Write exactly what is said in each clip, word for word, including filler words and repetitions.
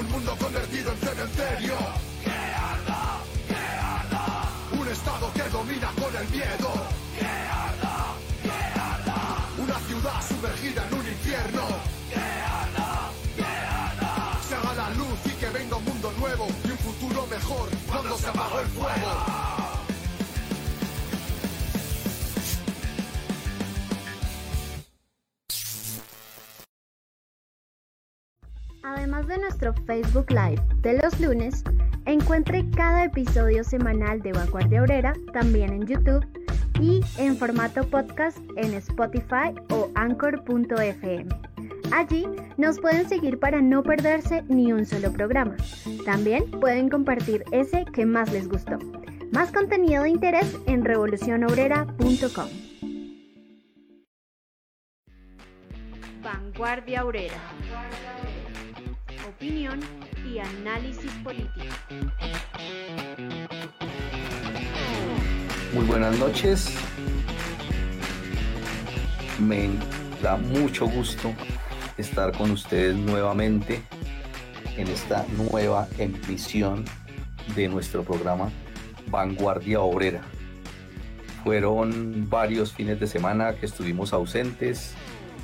Un mundo convertido en cementerio. Que arda, que arda. Un estado que domina con el miedo. Que arda, que arda. Una ciudad sumergida en un infierno. Que arda, que arda. Se haga la luz y que venga un mundo nuevo y un futuro mejor cuando se apagó el fuego. Además de nuestro Facebook Live de los lunes, encuentre cada episodio semanal de Vanguardia Obrera también en YouTube y en formato podcast en Spotify o anchor punto efe eme. Allí nos pueden seguir para no perderse ni un solo programa. También pueden compartir ese que más les gustó. Más contenido de interés en revolución obrera punto com. Vanguardia Obrera. Opinión y análisis político. Muy buenas noches. Me da mucho gusto estar con ustedes nuevamente en esta nueva emisión de nuestro programa Vanguardia Obrera. Fueron varios fines de semana que estuvimos ausentes.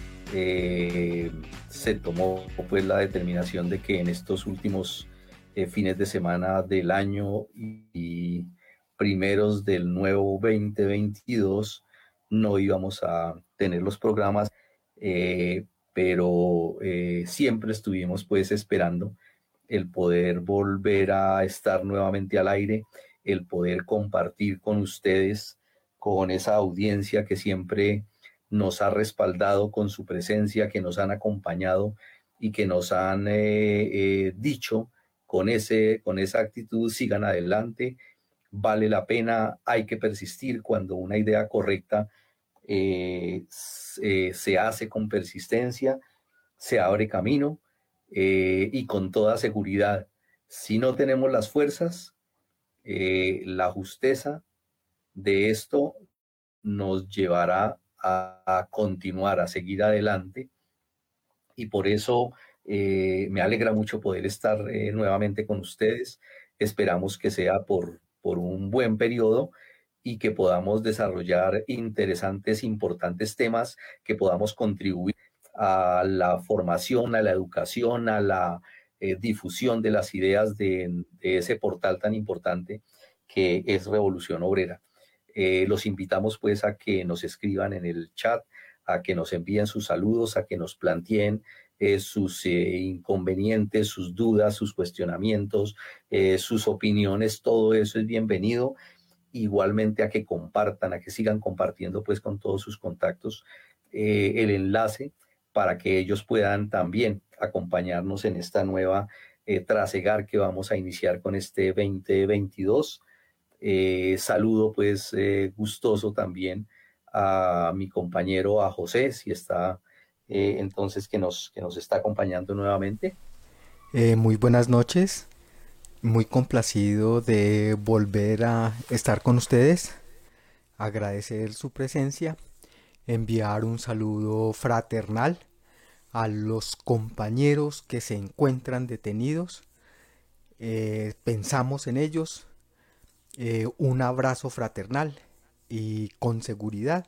Eh, se tomó pues la determinación de que en estos últimos eh, fines de semana del año y, y primeros del nuevo veinte veintidós no íbamos a tener los programas, eh, pero eh, siempre estuvimos pues esperando el poder volver a estar nuevamente al aire, el poder compartir con ustedes, con esa audiencia que siempre nos ha respaldado con su presencia, que nos han acompañado y que nos han eh, eh, dicho con, ese, con esa actitud, sigan adelante, vale la pena, hay que persistir cuando una idea correcta eh, eh, se hace con persistencia, se abre camino eh, y con toda seguridad. Si no tenemos las fuerzas, eh, la justeza de esto nos llevará A, a continuar, a seguir adelante, y por eso eh, me alegra mucho poder estar eh, nuevamente con ustedes. Esperamos que sea por, por un buen periodo y que podamos desarrollar interesantes, importantes temas, que podamos contribuir a la formación, a la educación, a la eh, difusión de las ideas de, de ese portal tan importante que es Revolución Obrera. Eh, los invitamos pues a que nos escriban en el chat, a que nos envíen sus saludos, a que nos planteen eh, sus eh, inconvenientes, sus dudas, sus cuestionamientos, eh, sus opiniones. Todo eso es bienvenido. Igualmente a que compartan, a que sigan compartiendo pues con todos sus contactos eh, el enlace para que ellos puedan también acompañarnos en esta nueva eh, trasegar que vamos a iniciar con este veinte veintidós. Eh, saludo pues eh, gustoso también a mi compañero, a José, si está eh, entonces que nos, que nos está acompañando nuevamente. Eh, muy buenas noches, muy complacido de volver a estar con ustedes, agradecer su presencia, enviar un saludo fraternal a los compañeros que se encuentran detenidos, eh, pensamos en ellos. Eh, un abrazo fraternal y con seguridad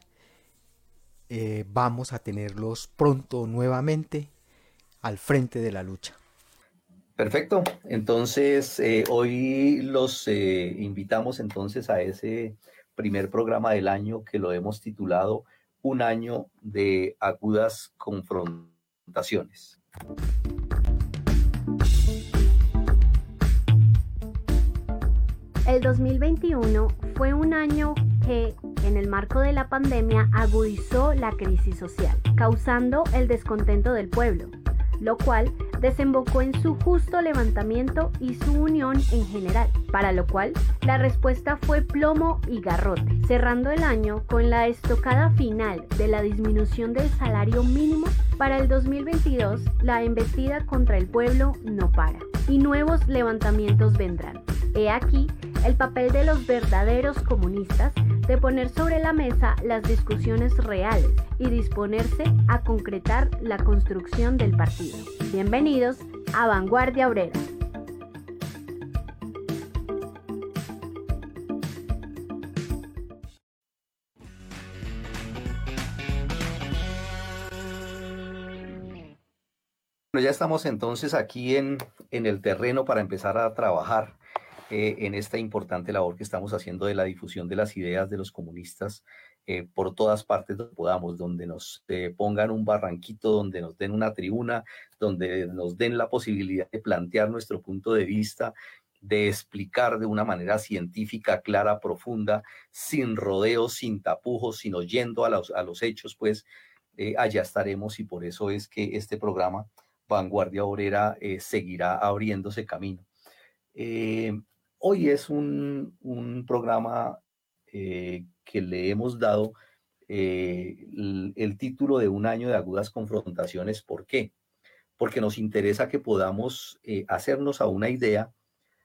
eh, vamos a tenerlos pronto nuevamente al frente de la lucha. Perfecto, entonces eh, hoy los eh, invitamos entonces a ese primer programa del año que lo hemos titulado Un año de agudas confrontaciones. El dos mil veintiuno fue un año que, en el marco de la pandemia, agudizó la crisis social, causando el descontento del pueblo, lo cual desembocó en su justo levantamiento y su unión en general, para lo cual la respuesta fue plomo y garrote, cerrando el año con la estocada final de la disminución del salario mínimo. Para el dos mil veintidós, la embestida contra el pueblo no para, y nuevos levantamientos vendrán. He aquí el papel de los verdaderos comunistas de poner sobre la mesa las discusiones reales y disponerse a concretar la construcción del partido. Bienvenidos a Vanguardia Obrera. Bueno, ya estamos entonces aquí en, en el terreno para empezar a trabajar eh, en esta importante labor que estamos haciendo de la difusión de las ideas de los comunistas eh, por todas partes donde podamos, donde nos eh, pongan un barranquito, donde nos den una tribuna, donde nos den la posibilidad de plantear nuestro punto de vista, de explicar de una manera científica, clara, profunda, sin rodeos, sin tapujos, sino yendo a los, a los hechos, pues eh, allá estaremos, y por eso es que este programa Vanguardia Obrera eh, seguirá abriéndose camino. Eh, hoy es un, un programa eh, que le hemos dado eh, el, el título de Un año de agudas confrontaciones. ¿Por qué? Porque nos interesa que podamos eh, hacernos a una idea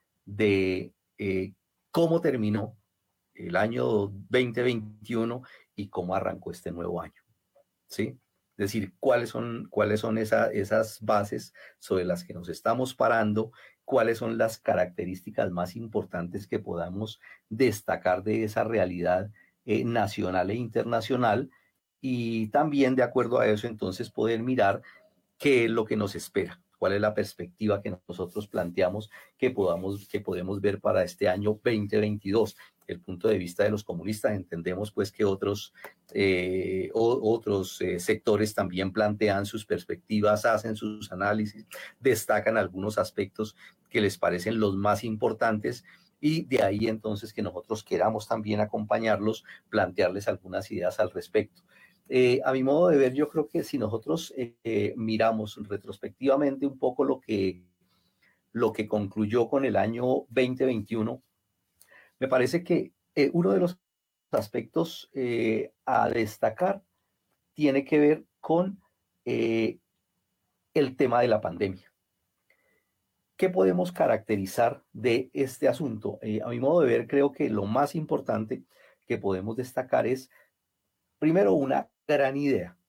de eh, cómo terminó el año veinte veintiuno y cómo arrancó este nuevo año, ¿sí? Es decir, cuáles son, cuáles son esa, esas bases sobre las que nos estamos parando, cuáles son las características más importantes que podamos destacar de esa realidad eh, nacional e internacional, y también de acuerdo a eso entonces poder mirar qué es lo que nos espera, cuál es la perspectiva que nosotros planteamos que, podamos, que podemos ver para este año veinte veintidós. El punto de vista de los comunistas, entendemos pues que otros, eh, o, otros eh, sectores también plantean sus perspectivas, hacen sus análisis, destacan algunos aspectos que les parecen los más importantes, y de ahí entonces que nosotros queramos también acompañarlos, plantearles algunas ideas al respecto. Eh, a mi modo de ver, yo creo que si nosotros eh, eh, miramos retrospectivamente un poco lo que, lo que concluyó con el año veinte veintiuno, me parece que eh, uno de los aspectos eh, a destacar tiene que ver con eh, el tema de la pandemia. ¿Qué podemos caracterizar de este asunto? Eh, a mi modo de ver, creo que lo más importante que podemos destacar es, primero, una gran idea,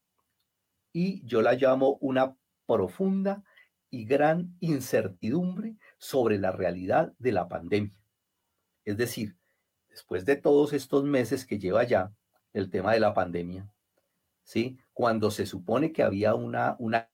y yo la llamo una profunda y gran incertidumbre sobre la realidad de la pandemia. Es decir, después de todos estos meses que lleva ya el tema de la pandemia, ¿sí? Cuando se supone que había una, una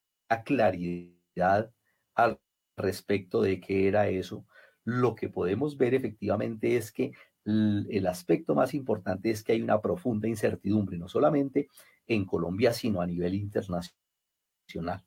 claridad al respecto de qué era eso, lo que podemos ver efectivamente es que el aspecto más importante es que hay una profunda incertidumbre, no solamente en Colombia, sino a nivel internacional.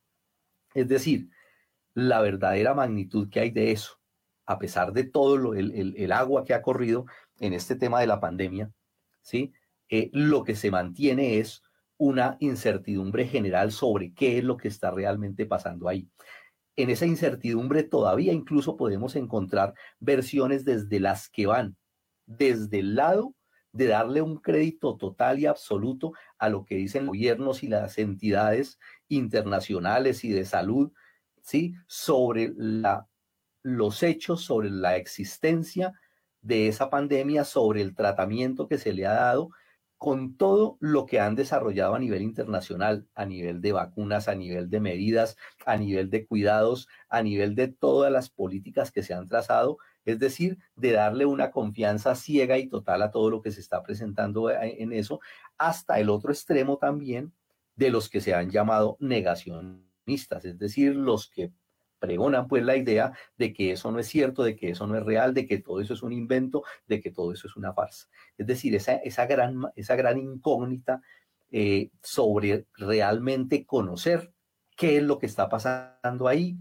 Es decir, la verdadera magnitud que hay de eso, a pesar de todo lo, el, el, el agua que ha corrido en este tema de la pandemia, ¿sí? Eh, lo que se mantiene es una incertidumbre general sobre qué es lo que está realmente pasando ahí. En esa incertidumbre todavía incluso podemos encontrar versiones desde las que van desde el lado de darle un crédito total y absoluto a lo que dicen los gobiernos y las entidades internacionales y de salud, ¿sí? Sobre la, los hechos, sobre la existencia de esa pandemia, sobre el tratamiento que se le ha dado, con todo lo que han desarrollado a nivel internacional, a nivel de vacunas, a nivel de medidas, a nivel de cuidados, a nivel de todas las políticas que se han trazado, es decir, de darle una confianza ciega y total a todo lo que se está presentando en eso, hasta el otro extremo también de los que se han llamado negacionistas, es decir, los que pregonan pues la idea de que eso no es cierto, de que eso no es real, de que todo eso es un invento, de que todo eso es una farsa. Es decir, esa, esa, gran, esa gran incógnita eh, sobre realmente conocer qué es lo que está pasando ahí,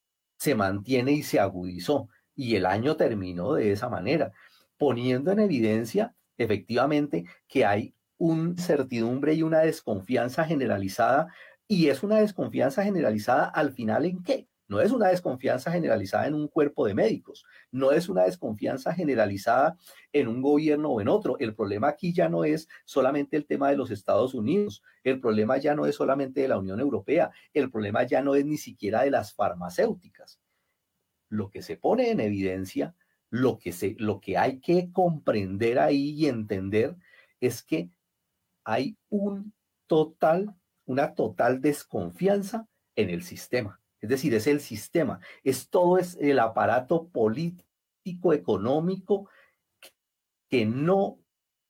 se mantiene y se agudizó. Y el año terminó de esa manera, poniendo en evidencia efectivamente que hay una incertidumbre y una desconfianza generalizada, y es una desconfianza generalizada al final ¿en qué? No es una desconfianza generalizada en un cuerpo de médicos, no es una desconfianza generalizada en un gobierno o en otro. El problema aquí ya no es solamente el tema de los Estados Unidos, el problema ya no es solamente de la Unión Europea, el problema ya no es ni siquiera de las farmacéuticas. Lo que se pone en evidencia, lo que, se, lo que hay que comprender ahí y entender es que hay un total, una total desconfianza en el sistema. Es decir, es el sistema, es todo es el aparato político, económico, que no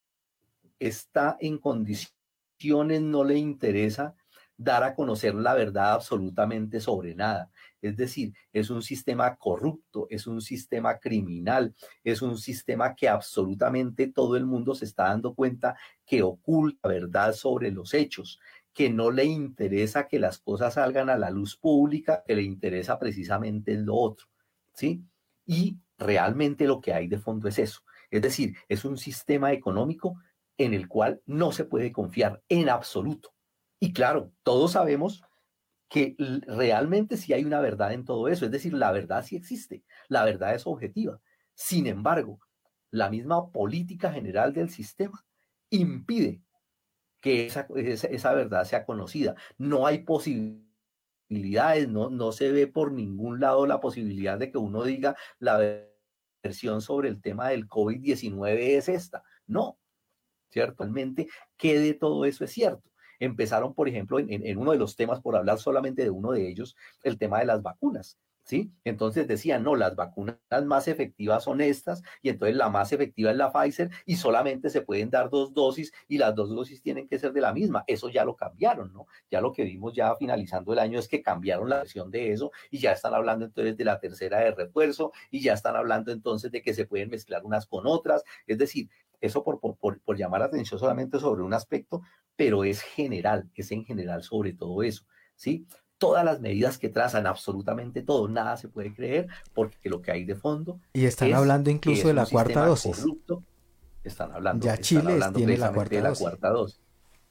está en condiciones, no le interesa dar a conocer la verdad absolutamente sobre nada. Es decir, es un sistema corrupto, es un sistema criminal, es un sistema que absolutamente todo el mundo se está dando cuenta que oculta verdad sobre los hechos, que no le interesa que las cosas salgan a la luz pública, que le interesa precisamente lo otro, ¿sí? Y realmente lo que hay de fondo es eso. Es decir, es un sistema económico en el cual no se puede confiar en absoluto. Y claro, todos sabemos que realmente sí hay una verdad en todo eso, es decir, la verdad sí existe, la verdad es objetiva. Sin embargo, la misma política general del sistema impide que esa, esa, esa verdad sea conocida. No hay posibilidades, no, no se ve por ningún lado la posibilidad de que uno diga la versión sobre el tema del COVID diecinueve es esta. No, ¿cierto? Realmente, ¿qué de todo eso es cierto? Empezaron, por ejemplo, en, en uno de los temas, por hablar solamente de uno de ellos, el tema de las vacunas, ¿sí? Entonces decían, no, las vacunas más efectivas son estas, y entonces la más efectiva es la Pfizer, y solamente se pueden dar dos dosis, y las dos dosis tienen que ser de la misma. Eso ya lo cambiaron, ¿no? Ya lo que vimos ya finalizando el año es que cambiaron la versión de eso, y ya están hablando entonces de la tercera de refuerzo, y ya están hablando entonces de que se pueden mezclar unas con otras, es decir, eso por, por, por, por llamar la atención solamente sobre un aspecto, pero es general, es en general sobre todo eso, ¿sí? Todas las medidas que trazan, absolutamente todo, nada se puede creer, porque lo que hay de fondo y están es hablando incluso de la cuarta dosis. Corrupto. Están hablando, ya están Chile hablando tiene la precisamente cuarta de la dosis. cuarta dosis.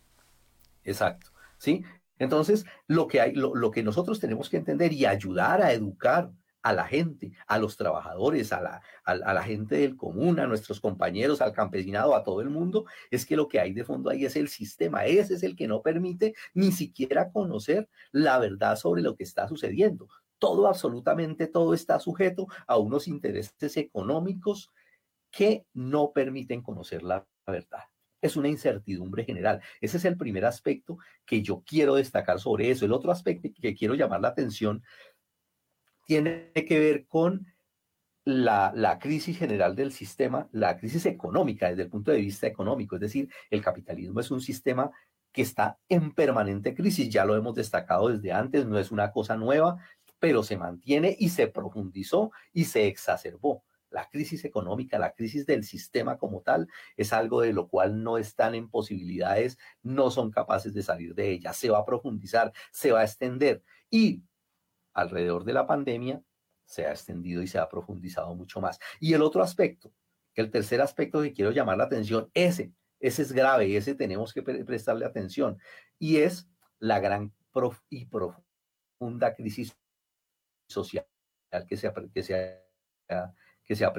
Exacto, ¿sí? Entonces, lo que hay, lo, lo que nosotros tenemos que entender y ayudar a educar a la gente, a los trabajadores, a la, a, a la gente del común, a nuestros compañeros, al campesinado, a todo el mundo, es que lo que hay de fondo ahí es el sistema. Ese es el que no permite ni siquiera conocer la verdad sobre lo que está sucediendo. Todo, absolutamente todo está sujeto a unos intereses económicos que no permiten conocer la verdad. Es una incertidumbre general. Ese es el primer aspecto que yo quiero destacar sobre eso. El otro aspecto que quiero llamar la atención tiene que ver con la, la crisis general del sistema, la crisis económica desde el punto de vista económico. Es decir, el capitalismo es un sistema que está en permanente crisis. Ya lo hemos destacado desde antes, no es una cosa nueva, pero se mantiene y se profundizó y se exacerbó. La crisis económica, la crisis del sistema como tal, es algo de lo cual no están en posibilidades, no son capaces de salir de ella. Se va a profundizar, se va a extender y alrededor de la pandemia se ha extendido y se ha profundizado mucho más. Y el otro aspecto, el tercer aspecto que quiero llamar la atención, ese, ese es grave, ese tenemos que pre prestarle atención, y es la gran prof y profunda crisis social que se ha, que se ha, que se ha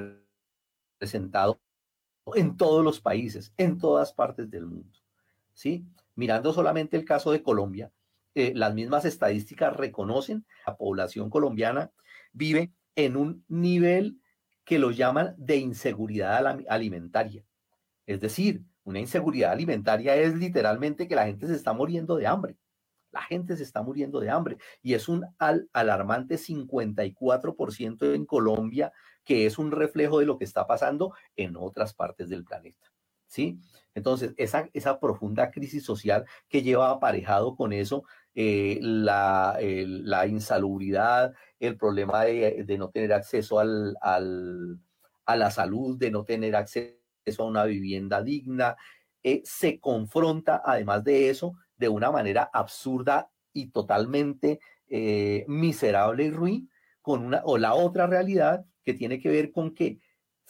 presentado en todos los países, en todas partes del mundo, ¿sí? Mirando solamente el caso de Colombia, eh, las mismas estadísticas reconocen que la población colombiana vive en un nivel que lo llaman de inseguridad alimentaria. Es decir, una inseguridad alimentaria es literalmente que la gente se está muriendo de hambre. La gente se está muriendo de hambre y es un al alarmante cincuenta y cuatro por ciento en Colombia, que es un reflejo de lo que está pasando en otras partes del planeta, ¿sí? Entonces, esa, esa profunda crisis social que lleva aparejado con eso eh, la, el, la insalubridad, el problema de, de no tener acceso al, al, a la salud, de no tener acceso a una vivienda digna, eh, se confronta, además de eso, de una manera absurda y totalmente eh, miserable y ruin, con una, o la otra realidad que tiene que ver con que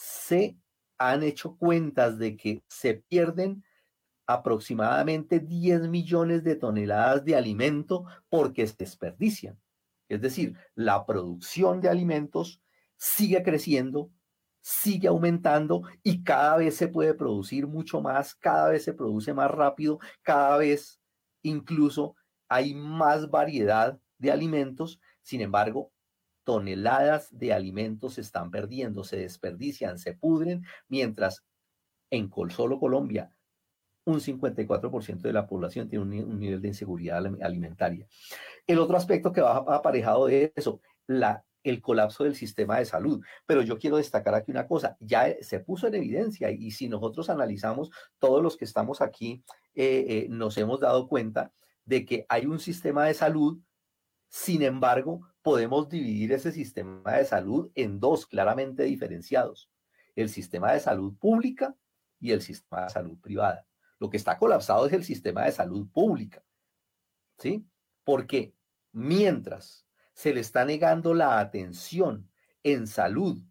se han hecho cuentas de que se pierden aproximadamente diez millones de toneladas de alimento porque se desperdician. Es decir, la producción de alimentos sigue creciendo, sigue aumentando y cada vez se puede producir mucho más, cada vez se produce más rápido, cada vez incluso hay más variedad de alimentos. Sin embargo, toneladas de alimentos se están perdiendo, se desperdician, se pudren, mientras en solo Colombia un cincuenta y cuatro por ciento de la población tiene un, un nivel de inseguridad alimentaria. El otro aspecto que va aparejado de eso, la, el colapso del sistema de salud. Pero yo quiero destacar aquí una cosa, ya se puso en evidencia y si nosotros analizamos, todos los que estamos aquí, eh, eh, nos hemos dado cuenta de que hay un sistema de salud. Sin embargo, podemos dividir ese sistema de salud en dos claramente diferenciados. El sistema de salud pública y el sistema de salud privada. Lo que está colapsado es el sistema de salud pública, ¿sí? Porque mientras se le está negando la atención en salud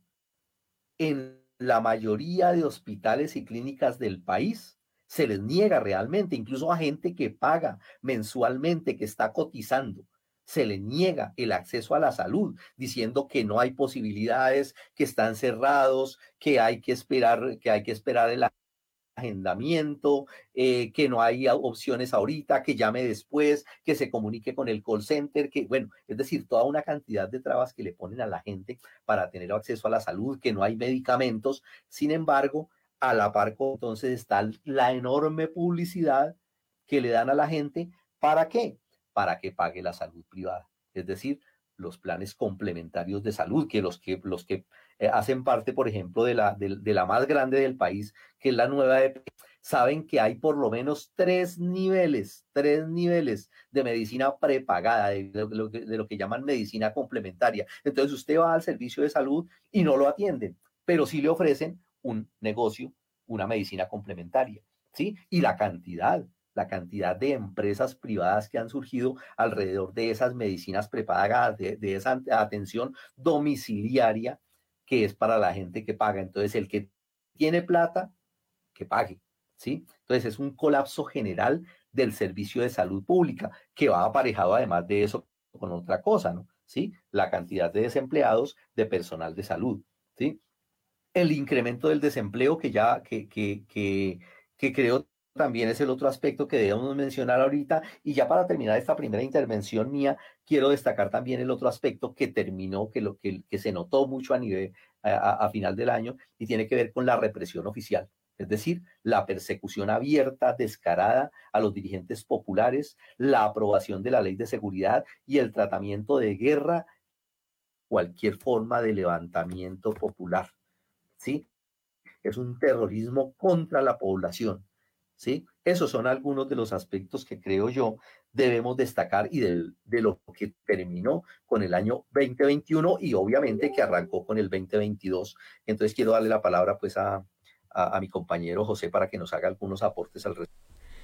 en la mayoría de hospitales y clínicas del país, se les niega realmente, incluso a gente que paga mensualmente, que está cotizando, se le niega el acceso a la salud, diciendo que no hay posibilidades, que están cerrados, que hay que esperar, que hay que esperar el agendamiento, eh, que no hay opciones ahorita, que llame después, que se comunique con el call center, que bueno, es decir, toda una cantidad de trabas que le ponen a la gente para tener acceso a la salud, que no hay medicamentos. Sin embargo, a la par entonces está la enorme publicidad que le dan a la gente. ¿Para qué? Para que pague la salud privada, es decir, los planes complementarios de salud, que los que, los que eh, hacen parte, por ejemplo, de la, de, de la más grande del país, que es la nueva E P, saben que hay por lo menos tres niveles, tres niveles de medicina prepagada, de, de, lo, que, de lo que llaman medicina complementaria. Entonces usted va al servicio de salud y no lo atienden, pero sí le ofrecen un negocio, una medicina complementaria, ¿sí? Y la cantidad, la cantidad de empresas privadas que han surgido alrededor de esas medicinas prepagadas, de, de esa atención domiciliaria que es para la gente que paga. Entonces, el que tiene plata, que pague, ¿sí? Entonces, es un colapso general del servicio de salud pública, que va aparejado además de eso con otra cosa, ¿no? ¿Sí? La cantidad de desempleados, de personal de salud, ¿sí? El incremento del desempleo que ya, que, que, que, que creo también es el otro aspecto que debemos mencionar ahorita. Y ya para terminar esta primera intervención mía, quiero destacar también el otro aspecto que terminó, que, lo, que, que se notó mucho a nivel, a, a final del año, y tiene que ver con la represión oficial. Es decir, la persecución abierta, descarada a los dirigentes populares, la aprobación de la ley de seguridad y el tratamiento de guerra, cualquier forma de levantamiento popular, ¿sí? Es un terrorismo contra la población, ¿sí? Esos son algunos de los aspectos que creo yo debemos destacar y de, de lo que terminó con el año veinte veintiuno y obviamente que arrancó con el veinte veintidós. Entonces quiero darle la palabra pues a, a, a mi compañero José para que nos haga algunos aportes al respecto.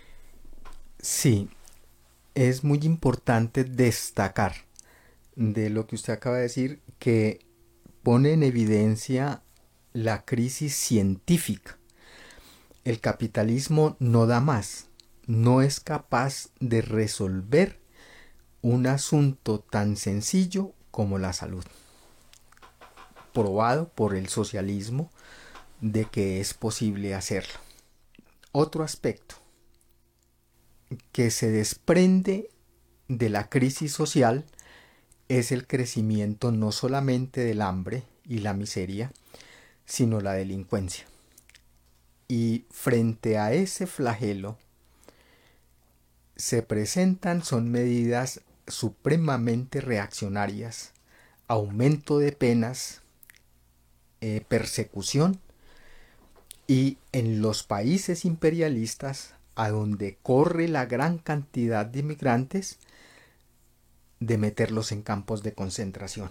Sí, es muy importante destacar de lo que usted acaba de decir, que pone en evidencia la crisis científica. El capitalismo no da más, no es capaz de resolver un asunto tan sencillo como la salud. Probado por el socialismo de que es posible hacerlo. Otro aspecto que se desprende de la crisis social es el crecimiento no solamente del hambre y la miseria, sino la delincuencia. Y frente a ese flagelo se presentan son medidas supremamente reaccionarias, aumento de penas, eh, persecución, y en los países imperialistas, a donde corre la gran cantidad de inmigrantes, de meterlos en campos de concentración.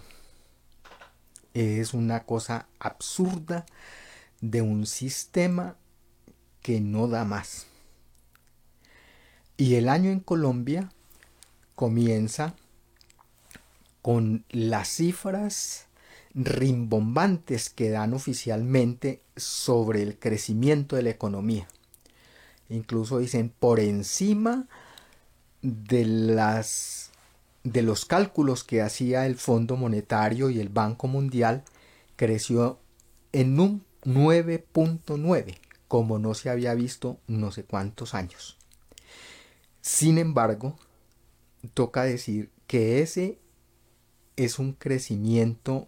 Es una cosa absurda de un sistema que no da más. Y el año en Colombia comienza con las cifras rimbombantes que dan oficialmente sobre el crecimiento de la economía. Incluso dicen por encima de las de los cálculos que hacía el Fondo Monetario y el Banco Mundial, creció en un nueve punto nueve, como no se había visto no sé cuántos años. Sin embargo, toca decir que ese es un crecimiento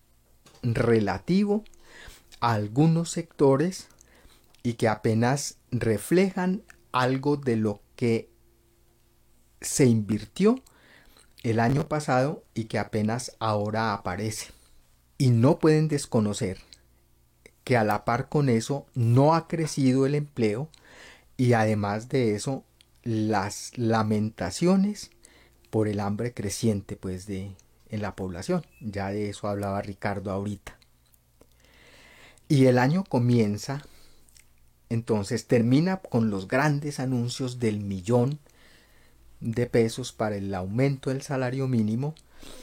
relativo a algunos sectores y que apenas reflejan algo de lo que se invirtió el año pasado y que apenas ahora aparece. Y no pueden desconocer que a la par con eso no ha crecido el empleo y además de eso las lamentaciones por el hambre creciente pues de en la población. Ya de eso hablaba Ricardo ahorita. Y el año comienza, entonces termina con los grandes anuncios del millón de pesos para el aumento del salario mínimo,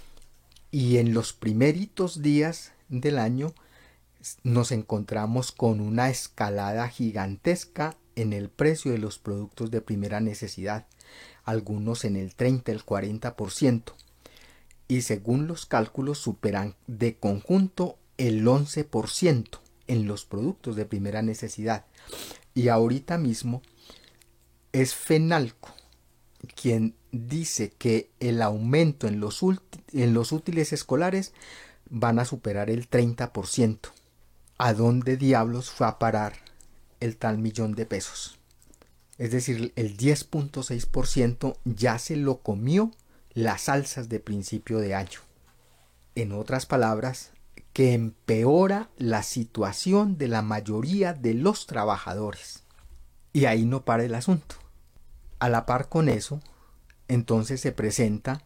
y en los primeritos días del año nos encontramos con una escalada gigantesca en el precio de los productos de primera necesidad, algunos en el treinta, el cuarenta por ciento, y según los cálculos superan de conjunto el once por ciento en los productos de primera necesidad. Y ahorita mismo es Fenalco quien dice que el aumento en los, en los útiles escolares van a superar el treinta por ciento. ¿A dónde diablos fue a parar el tal millón de pesos? Es decir, el diez punto seis por ciento ya se lo comió las alzas de principio de año. En otras palabras, que empeora la situación de la mayoría de los trabajadores. Y ahí no para el asunto. A la par con eso, entonces se presenta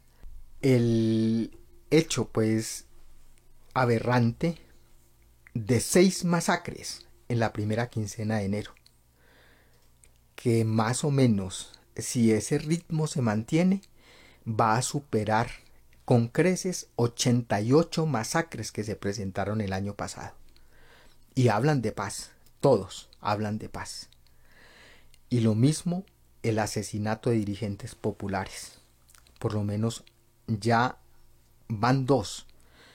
el hecho pues aberrante de seis masacres en la primera quincena de enero, que más o menos, si ese ritmo se mantiene, va a superar con creces ochenta y ocho masacres que se presentaron el año pasado. Y hablan de paz, todos hablan de paz. Y lo mismo el asesinato de dirigentes populares. Por lo menos ya van dos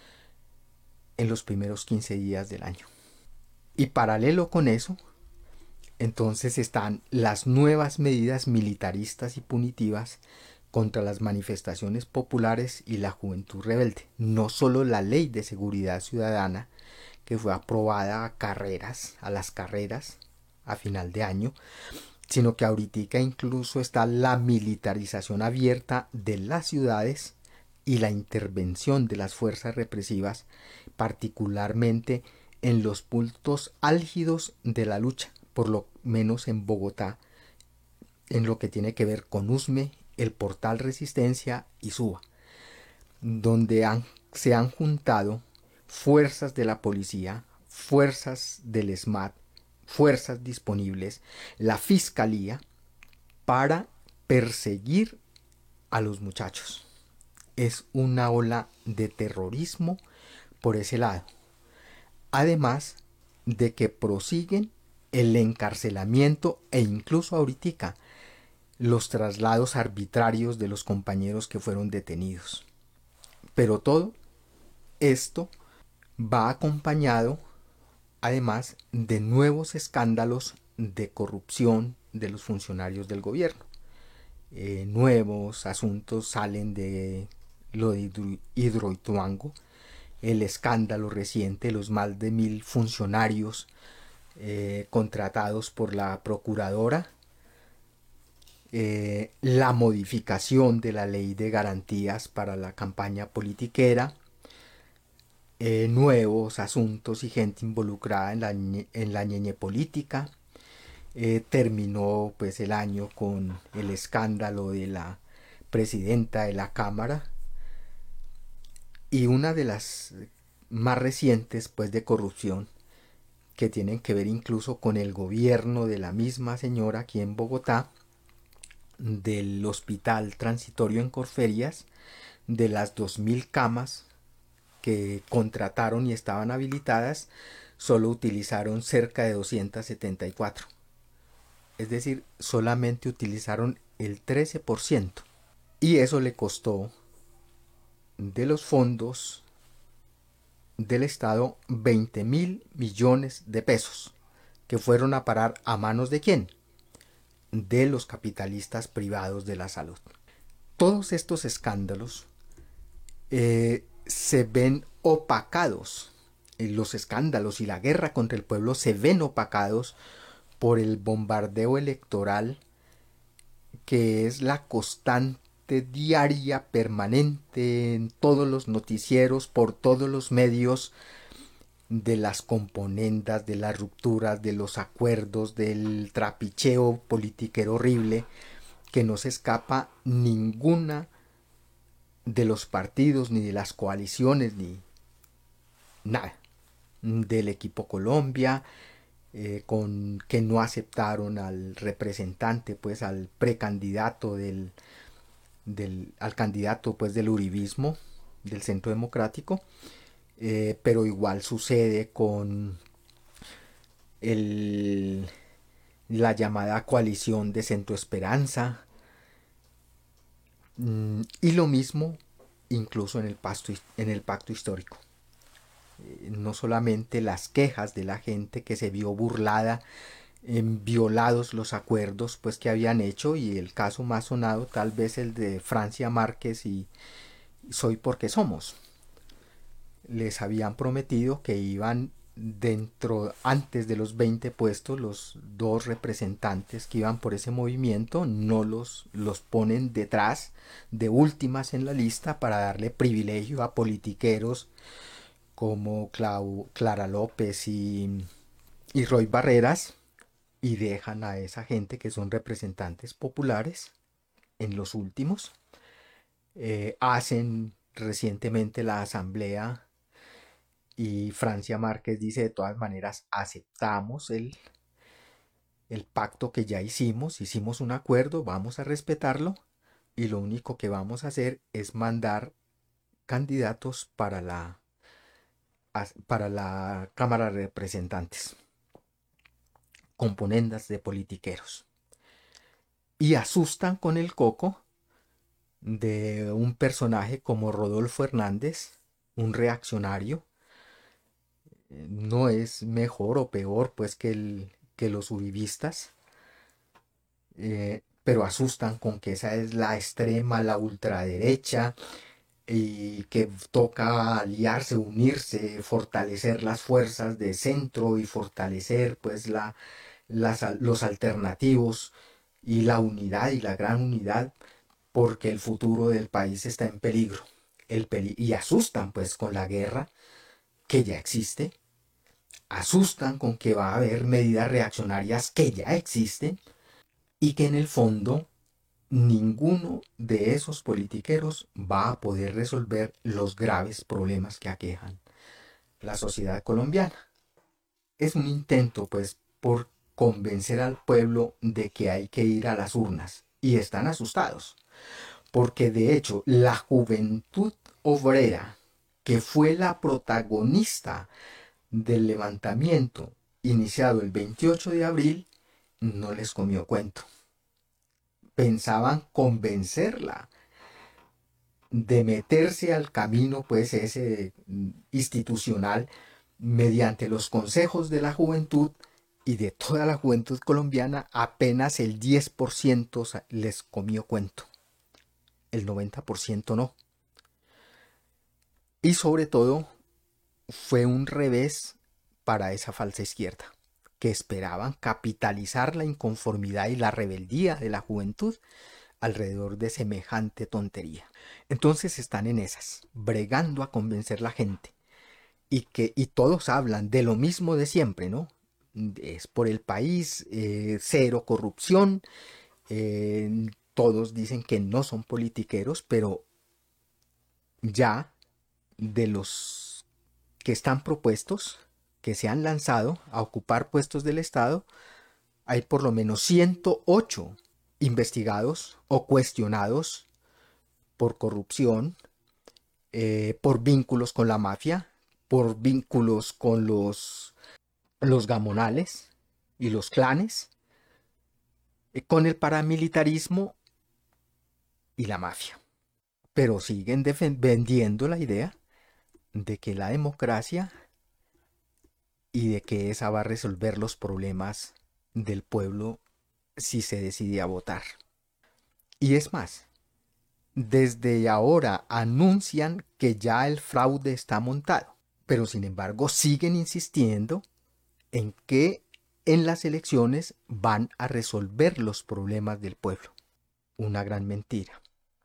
en los primeros quince días del año. Y paralelo con eso, entonces están las nuevas medidas militaristas y punitivas contra las manifestaciones populares y la juventud rebelde. No solo la Ley de Seguridad Ciudadana, que fue aprobada a carreras, a las carreras a final de año, sino que ahorita incluso está la militarización abierta de las ciudades y la intervención de las fuerzas represivas, particularmente en los puntos álgidos de la lucha, por lo menos en Bogotá, en lo que tiene que ver con Usme, el Portal Resistencia y Suba, donde han, se han juntado fuerzas de la policía, fuerzas del SMAT, fuerzas disponibles, la fiscalía, para perseguir a los muchachos. Es una ola de terrorismo por ese lado. Además de que prosiguen el encarcelamiento e incluso ahorita los traslados arbitrarios de los compañeros que fueron detenidos. Pero todo esto va acompañado además de nuevos escándalos de corrupción de los funcionarios del gobierno. Eh, nuevos asuntos salen de lo de Hidroituango, el escándalo reciente de los más de mil funcionarios eh, contratados por la procuradora, eh, la modificación de la ley de garantías para la campaña politiquera, eh, nuevos asuntos y gente involucrada en la, en la ñeñe política. Eh, terminó pues el año con el escándalo de la presidenta de la Cámara, y una de las más recientes pues de corrupción, que tienen que ver incluso con el gobierno de la misma señora aquí en Bogotá, del hospital transitorio en Corferias, de las dos mil camas que contrataron y estaban habilitadas, solo utilizaron cerca de doscientas setenta y cuatro. Es decir, solamente utilizaron el trece por ciento. Y eso le costó de los fondos del Estado veinte mil millones de pesos, que fueron a parar a manos de ¿quién? De los capitalistas privados de la salud. Todos estos escándalos eh, se ven opacados, eh, los escándalos y la guerra contra el pueblo se ven opacados por el bombardeo electoral que es la constante diaria, permanente en todos los noticieros, por todos los medios, de las componendas, de las rupturas, de los acuerdos, del trapicheo politiquero horrible, que no se escapa ninguna de los partidos, ni de las coaliciones, ni nada. Del equipo Colombia, eh, con que no aceptaron al representante, pues al precandidato del, del al candidato pues del uribismo, del Centro Democrático. Eh, pero igual sucede con el, la llamada coalición de Centro Esperanza, mm, y lo mismo incluso en el, pasto, en el pacto histórico. Eh, no solamente las quejas de la gente que se vio burlada, en violados los acuerdos pues que habían hecho, y el caso más sonado tal vez el de Francia Márquez y Soy porque somos. Les habían prometido que iban dentro, antes de los veinte puestos, los dos representantes que iban por ese movimiento, no los, los ponen detrás, de últimas en la lista, para darle privilegio a politiqueros como Clau, Clara López y, y Roy Barreras, y dejan a esa gente que son representantes populares en los últimos. Eh, hacen recientemente la asamblea y Francia Márquez dice: de todas maneras aceptamos el, el pacto que ya hicimos, hicimos un acuerdo, vamos a respetarlo, y lo único que vamos a hacer es mandar candidatos para la, para la Cámara de Representantes, componendas de politiqueros. Y asustan con el coco de un personaje como Rodolfo Hernández, un reaccionario. No es mejor o peor pues que, el, que los uribistas, eh, pero asustan con que esa es la extrema, la ultraderecha, y que toca aliarse, unirse, fortalecer las fuerzas de centro y fortalecer pues la, las, los alternativos y la unidad y la gran unidad, porque el futuro del país está en peligro. El peli- y asustan pues con la guerra que ya existe, asustan con que va a haber medidas reaccionarias que ya existen, y que en el fondo ninguno de esos politiqueros va a poder resolver los graves problemas que aquejan la sociedad colombiana. Es un intento pues por convencer al pueblo de que hay que ir a las urnas, y están asustados, porque de hecho la juventud obrera, que fue la protagonista del levantamiento iniciado el veintiocho de abril, no les comió cuento. Pensaban convencerla de meterse al camino pues ese institucional mediante los consejos de la juventud, y de toda la juventud colombiana apenas el diez por ciento les comió cuento, el noventa por ciento no. Y sobre todo fue un revés para esa falsa izquierda, que esperaban capitalizar la inconformidad y la rebeldía de la juventud alrededor de semejante tontería. Entonces están en esas, bregando a convencer la gente, y que y todos hablan de lo mismo de siempre, ¿no? Es por el país, eh, cero corrupción, eh, todos dicen que no son politiqueros, pero ya de los que están propuestos, que se han lanzado a ocupar puestos del Estado, hay por lo menos ciento ocho investigados o cuestionados por corrupción, eh, por vínculos con la mafia, por vínculos con los, los gamonales y los clanes, eh, con el paramilitarismo y la mafia. Pero siguen vendiendo la idea de que la democracia y de que esa va a resolver los problemas del pueblo si se decide a votar. Y es más, desde ahora anuncian que ya el fraude está montado, pero sin embargo siguen insistiendo en que en las elecciones van a resolver los problemas del pueblo. Una gran mentira.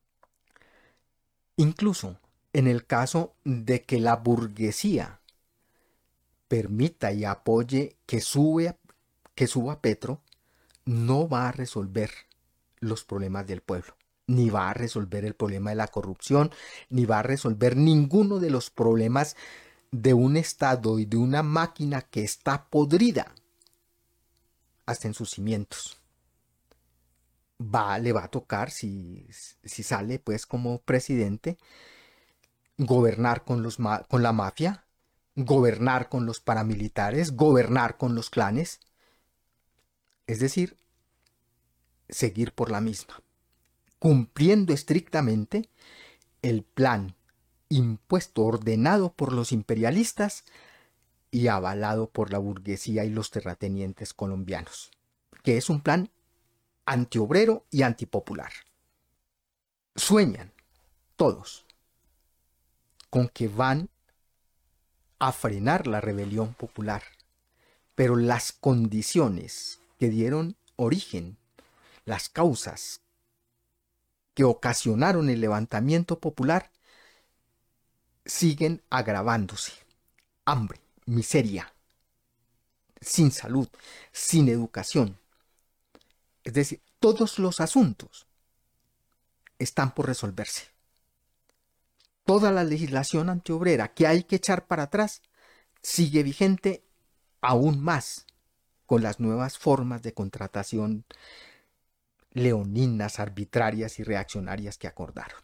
Incluso en el caso de que la burguesía permita y apoye que, sube, que suba Petro, no va a resolver los problemas del pueblo, ni va a resolver el problema de la corrupción, ni va a resolver ninguno de los problemas de un Estado y de una máquina que está podrida hasta en sus cimientos. Va, le va a tocar, si, si sale pues como presidente, gobernar con, los, con la mafia, gobernar con los paramilitares, gobernar con los clanes, es decir, seguir por la misma, cumpliendo estrictamente el plan impuesto, ordenado por los imperialistas y avalado por la burguesía y los terratenientes colombianos, que es un plan antiobrero y antipopular. Sueñan todos con que van a frenar la rebelión popular, pero las condiciones que dieron origen, las causas que ocasionaron el levantamiento popular, siguen agravándose. Hambre, miseria, sin salud, sin educación. Es decir, todos los asuntos están por resolverse. Toda la legislación antiobrera que hay que echar para atrás sigue vigente aún más con las nuevas formas de contratación leoninas, arbitrarias y reaccionarias que acordaron.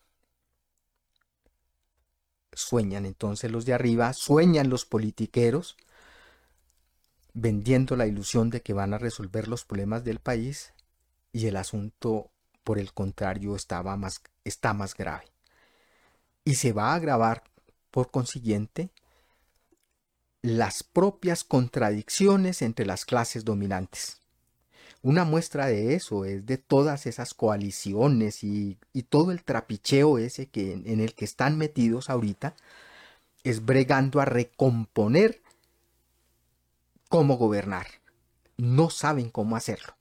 Sueñan entonces los de arriba, sueñan los politiqueros, vendiendo la ilusión de que van a resolver los problemas del país, y el asunto, por el contrario, estaba más, está más grave. Y se va a agravar, por consiguiente, las propias contradicciones entre las clases dominantes. Una muestra de eso es de todas esas coaliciones y, y todo el trapicheo ese que, en el que están metidos ahorita, es bregando a recomponer cómo gobernar. No saben cómo hacerlo.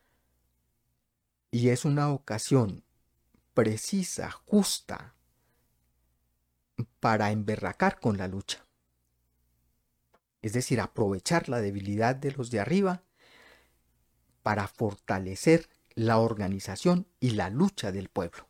Y es una ocasión precisa, justa, para emberracar con la lucha. Es decir, aprovechar la debilidad de los de arriba para fortalecer la organización y la lucha del pueblo.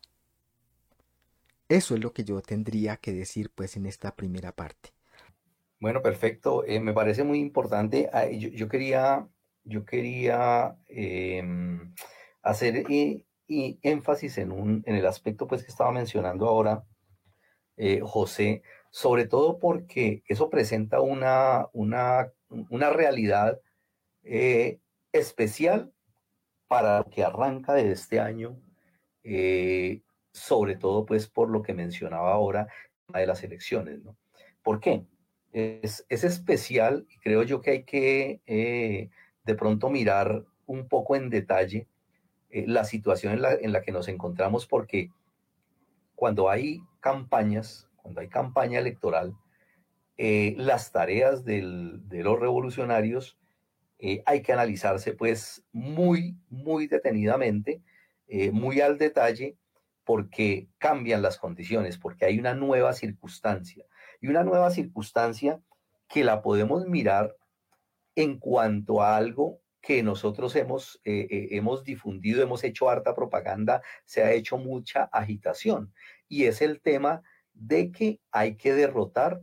Eso es lo que yo tendría que decir pues en esta primera parte. Bueno, perfecto. Eh, me parece muy importante. Ah, yo, yo quería, yo quería eh, hacer eh, y énfasis en, un, en el aspecto pues, que estaba mencionando ahora eh, José, sobre todo porque eso presenta una, una, una realidad eh, especial para lo que arranca de este año, eh, sobre todo pues por lo que mencionaba ahora de las elecciones, ¿no? ¿Por qué? Es, es especial y creo yo que hay que eh, de pronto mirar un poco en detalle eh, la situación en la, en la que nos encontramos, porque cuando hay campañas, cuando hay campaña electoral, eh, las tareas del, de los revolucionarios eh, hay que analizarse pues muy, muy detenidamente, eh, muy al detalle, porque cambian las condiciones, porque hay una nueva circunstancia. Y una nueva circunstancia que la podemos mirar en cuanto a algo que nosotros hemos, eh, eh, hemos difundido, hemos hecho harta propaganda, se ha hecho mucha agitación, y es el tema de que hay que derrotar,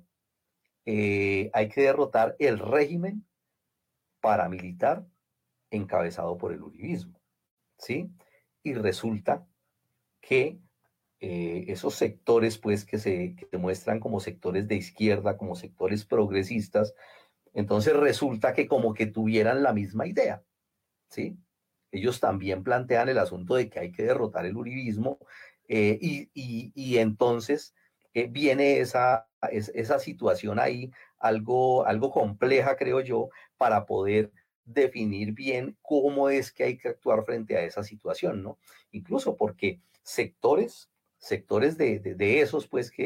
eh, hay que derrotar el régimen paramilitar encabezado por el uribismo, ¿sí? Y resulta que eh, esos sectores, pues, que se, que se muestran como sectores de izquierda, como sectores progresistas, entonces resulta que como que tuvieran la misma idea, ¿sí? Ellos también plantean el asunto de que hay que derrotar el uribismo, eh, y, y, y entonces eh, viene esa, es, esa situación ahí, algo, algo compleja, creo yo, para poder definir bien cómo es que hay que actuar frente a esa situación, ¿no? Incluso porque sectores, sectores de, de, de esos, pues, que,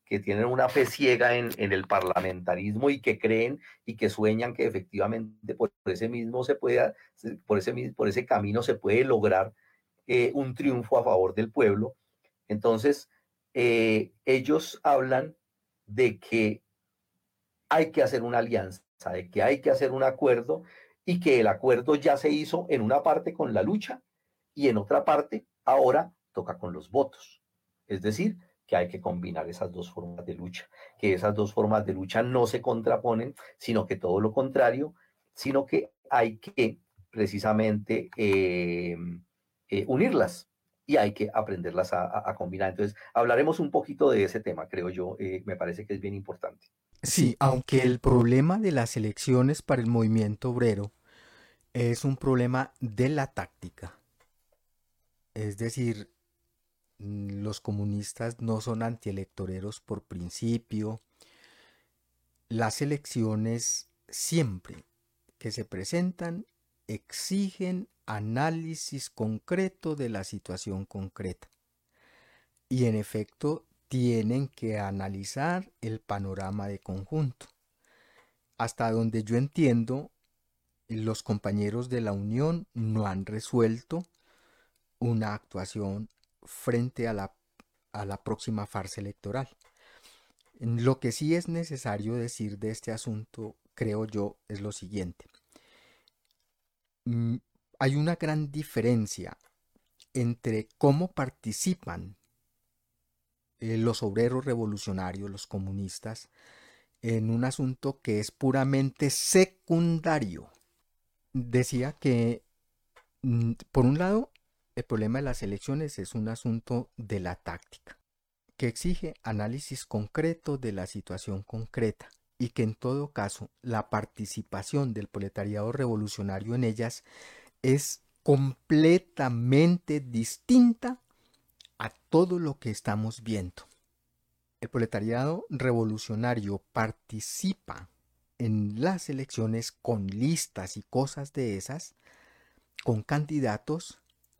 que tienen una fe ciega en, en el parlamentarismo y que creen y que sueñan que efectivamente por ese mismo se puede, por ese, por ese camino se puede lograr eh, un triunfo a favor del pueblo. Entonces, eh, ellos hablan de que hay que hacer una alianza, de que hay que hacer un acuerdo y que el acuerdo ya se hizo en una parte con la lucha y en otra parte ahora toca con los votos. Es decir, que hay que combinar esas dos formas de lucha, que esas dos formas de lucha no se contraponen, sino que todo lo contrario, sino que hay que precisamente eh, eh, unirlas y hay que aprenderlas a, a, a, combinar. Entonces, hablaremos un poquito de ese tema, creo yo, eh, me parece que es bien importante. Sí, aunque el problema de las elecciones para el movimiento obrero es un problema de la táctica. Es decir, los comunistas no son antielectoreros por principio. Las elecciones siempre que se presentan exigen análisis concreto de la situación concreta. Y en efecto tienen que analizar el panorama de conjunto. Hasta donde yo entiendo, los compañeros de la Unión no han resuelto una actuación frente a la, a la próxima farsa electoral. Lo que sí es necesario decir de este asunto, creo yo, es lo siguiente. Mm, hay una gran diferencia entre cómo participan eh, los obreros revolucionarios, los comunistas, en un asunto que es puramente secundario. Decía que, mm, por un lado, el problema de las elecciones es un asunto de la táctica, que exige análisis concreto de la situación concreta y que en todo caso la participación del proletariado revolucionario en ellas es completamente distinta a todo lo que estamos viendo. El proletariado revolucionario participa en las elecciones con listas y cosas de esas, con candidatos,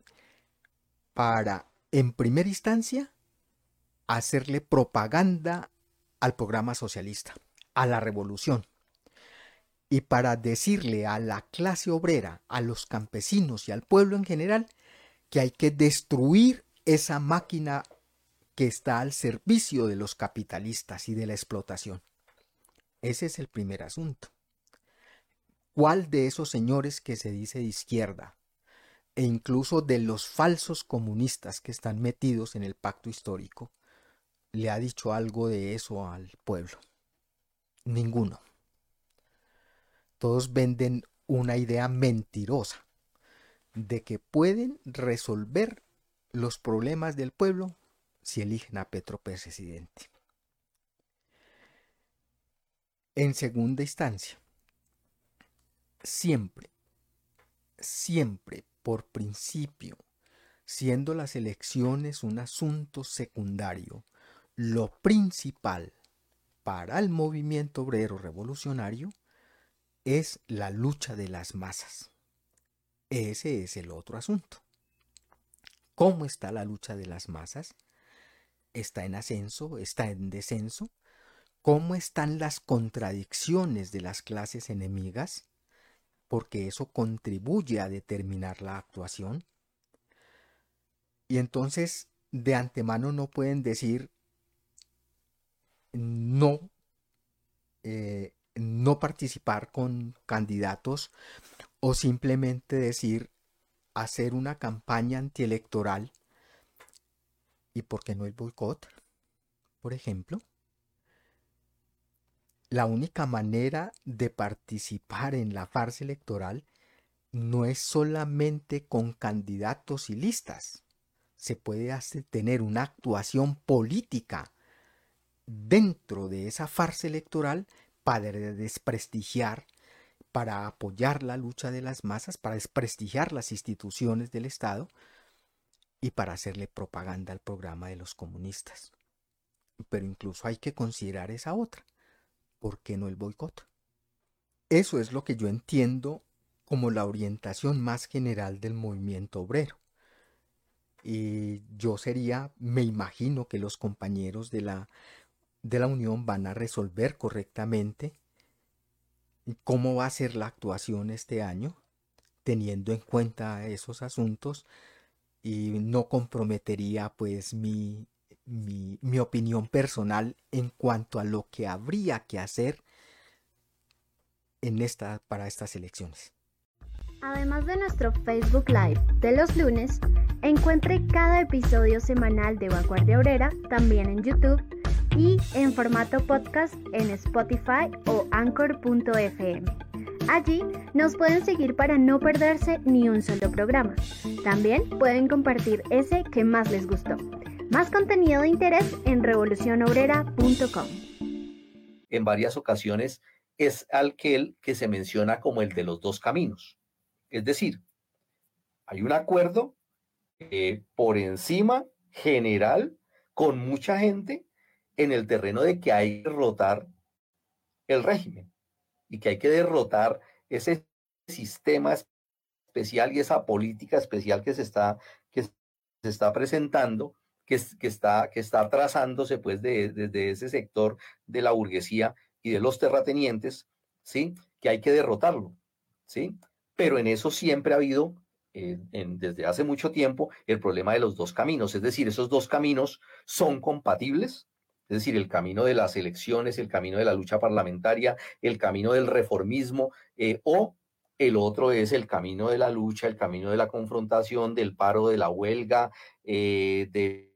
para, en primera instancia, hacerle propaganda al programa socialista, a la revolución, y para decirle a la clase obrera, a los campesinos y al pueblo en general, que hay que destruir esa máquina que está al servicio de los capitalistas y de la explotación. Ese es el primer asunto. ¿Cuál de esos señores que se dice de izquierda, e incluso de los falsos comunistas que están metidos en el pacto histórico, le ha dicho algo de eso al pueblo? Ninguno. Todos venden una idea mentirosa de que pueden resolver los problemas del pueblo si eligen a Petro presidente. En segunda instancia, siempre, siempre por principio, siendo las elecciones un asunto secundario, lo principal para el movimiento obrero revolucionario es la lucha de las masas. Ese es el otro asunto. ¿Cómo está la lucha de las masas? ¿Está en ascenso? ¿Está en descenso? ¿Cómo están las contradicciones de las clases enemigas? Porque eso contribuye a determinar la actuación. Y entonces, de antemano no pueden decir no, eh, no participar con candidatos, o simplemente decir hacer una campaña antielectoral. ¿Y por qué no el boicot? Por ejemplo, la única manera de participar en la farsa electoral no es solamente con candidatos y listas. Se puede hacer, tener una actuación política dentro de esa farsa electoral para desprestigiar, para apoyar la lucha de las masas, para desprestigiar las instituciones del Estado y para hacerle propaganda al programa de los comunistas. Pero incluso hay que considerar esa otra. ¿Por qué no el boicot? Eso es lo que yo entiendo como la orientación más general del movimiento obrero. Y yo sería, me imagino que los compañeros de la de la Unión van a resolver correctamente cómo va a ser la actuación este año, teniendo en cuenta esos asuntos, y no comprometería pues mi, mi, mi opinión personal en cuanto a lo que habría que hacer en esta, para estas elecciones. Además de nuestro Facebook Live de los lunes, encuentre cada episodio semanal de Vanguardia Obrera también en YouTube y en formato podcast en Spotify o anchor punto f m. Allí nos pueden seguir para no perderse ni un solo programa. También pueden compartir ese que más les gustó. Más contenido de interés en revolución obrera punto com. En varias ocasiones es aquel que se menciona como el de los dos caminos. Es decir, hay un acuerdo eh, por encima, general, con mucha gente, en el terreno de que hay que derrotar el régimen y que hay que derrotar ese sistema especial y esa política especial que se está, que se está presentando, que, que, está, que está trazándose pues desde de, de ese sector de la burguesía y de los terratenientes, ¿sí? Que hay que derrotarlo, ¿sí? Pero en eso siempre ha habido, eh, en, desde hace mucho tiempo, el problema de los dos caminos. Es decir, esos dos caminos son compatibles. Es decir, el camino de las elecciones, el camino de la lucha parlamentaria, el camino del reformismo, eh, o el otro es el camino de la lucha, el camino de la confrontación, del paro, de la huelga, eh, de,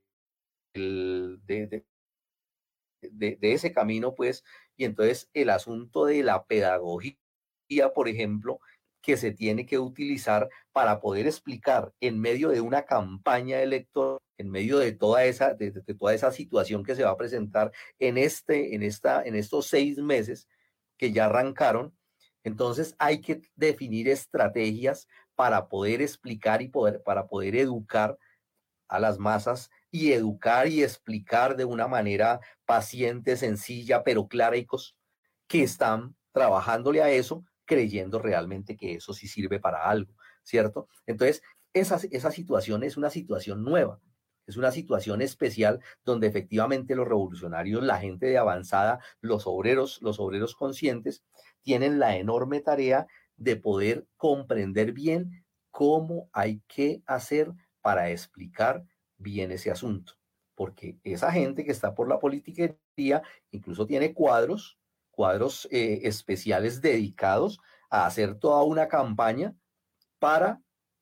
de, de, de, de ese camino, pues. Y entonces el asunto de la pedagogía, por ejemplo, que se tiene que utilizar para poder explicar en medio de una campaña electoral, en medio de toda esa, de, de toda esa situación que se va a presentar en, este, en, esta, en estos seis meses que ya arrancaron. Entonces hay que definir estrategias para poder explicar y poder, para poder educar a las masas y educar y explicar de una manera paciente, sencilla, pero clara, y que están trabajándole a eso, creyendo realmente que eso sí sirve para algo, ¿cierto? Entonces, esa, esa situación es una situación nueva, es una situación especial donde efectivamente los revolucionarios, la gente de avanzada, los obreros, los obreros conscientes, tienen la enorme tarea de poder comprender bien cómo hay que hacer para explicar bien ese asunto. Porque esa gente que está por la politiquería incluso tiene cuadros, cuadros eh, especiales dedicados a hacer toda una campaña para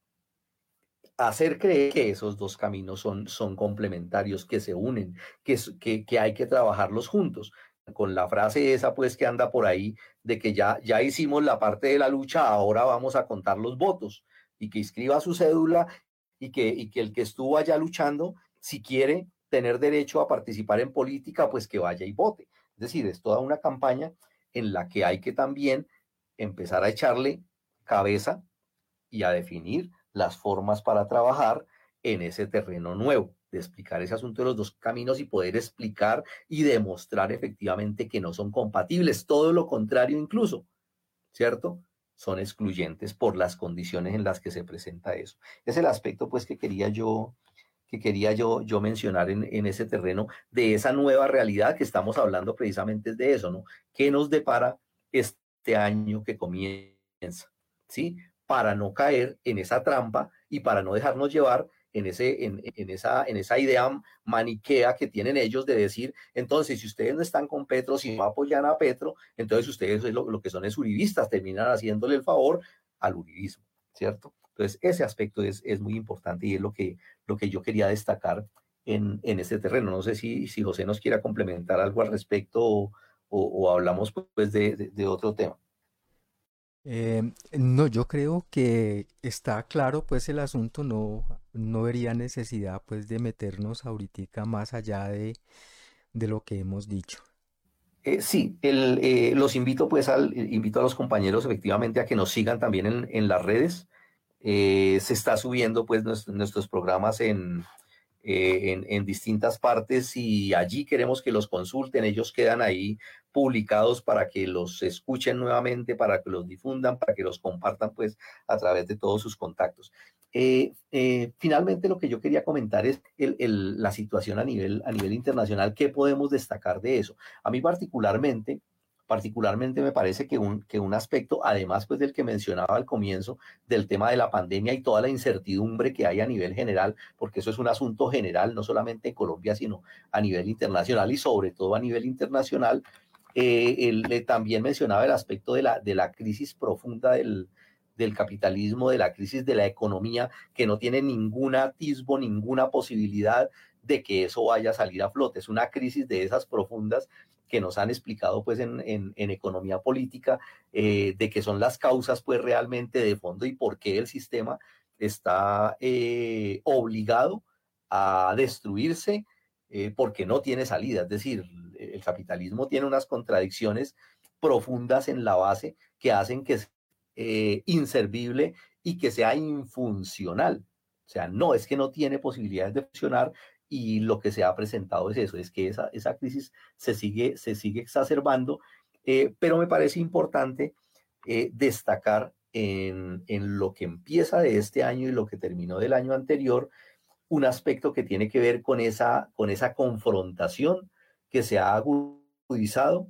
hacer creer que esos dos caminos son, son complementarios, que se unen, que, que, que hay que trabajarlos juntos. Con la frase esa pues que anda por ahí de que ya, ya hicimos la parte de la lucha, ahora vamos a contar los votos, y que inscriba su cédula y que, y que el que estuvo allá luchando, si quiere tener derecho a participar en política, pues que vaya y vote. Es decir, es toda una campaña en la que hay que también empezar a echarle cabeza y a definir las formas para trabajar en ese terreno nuevo, de explicar ese asunto de los dos caminos y poder explicar y demostrar efectivamente que no son compatibles, todo lo contrario incluso, ¿cierto? Son excluyentes por las condiciones en las que se presenta eso. Es el aspecto pues que quería yo que quería yo, yo mencionar en, en ese terreno de esa nueva realidad que estamos hablando precisamente de eso, ¿no? ¿Qué nos depara este año que comienza? ¿Sí? Para no caer en esa trampa y para no dejarnos llevar en, ese, en, en, esa, en esa idea maniquea que tienen ellos de decir, entonces, si ustedes no están con Petro, si no apoyan a Petro, entonces ustedes lo, lo que son es uribistas, terminan haciéndole el favor al uribismo, ¿cierto? Entonces, ese aspecto es, es muy importante y es lo que, lo que yo quería destacar en, en este terreno. No sé si, si José nos quiera complementar algo al respecto o, o, o hablamos pues de, de, de otro tema. Eh, no, yo creo que está claro pues el asunto, no, no vería necesidad pues de meternos ahorita más allá de, de lo que hemos dicho. Eh, sí, el, eh, los invito pues al, invito a los compañeros efectivamente a que nos sigan también en, en las redes. Eh, se está subiendo pues nuestro, nuestros programas en, eh, en, en distintas partes y allí queremos que los consulten, ellos quedan ahí publicados para que los escuchen nuevamente, para que los difundan, para que los compartan pues a través de todos sus contactos. Eh, eh, finalmente, lo que yo quería comentar es el, el, la situación a nivel, a nivel internacional. ¿Qué podemos destacar de eso? A mí particularmente, particularmente me parece que un, que un aspecto, además pues del que mencionaba al comienzo, del tema de la pandemia y toda la incertidumbre que hay a nivel general, porque eso es un asunto general, no solamente en Colombia, sino a nivel internacional y sobre todo a nivel internacional. Eh, él, eh, también mencionaba el aspecto de la, de la crisis profunda del, del capitalismo, de la crisis de la economía, que no tiene ningún atisbo, ninguna posibilidad de que eso vaya a salir a flote. Es una crisis de esas profundas que nos han explicado pues en, en, en economía política, eh, de que son las causas pues realmente de fondo y por qué el sistema está eh, obligado a destruirse eh, porque no tiene salida. Es decir, el capitalismo tiene unas contradicciones profundas en la base que hacen que Eh, inservible y que sea infuncional. O sea, no, es que no tiene posibilidades de funcionar y lo que se ha presentado es eso, es que esa, esa crisis se sigue, se sigue exacerbando, eh, pero me parece importante eh, destacar en, en lo que empieza de este año y lo que terminó del año anterior, un aspecto que tiene que ver con esa, con esa confrontación que se ha agudizado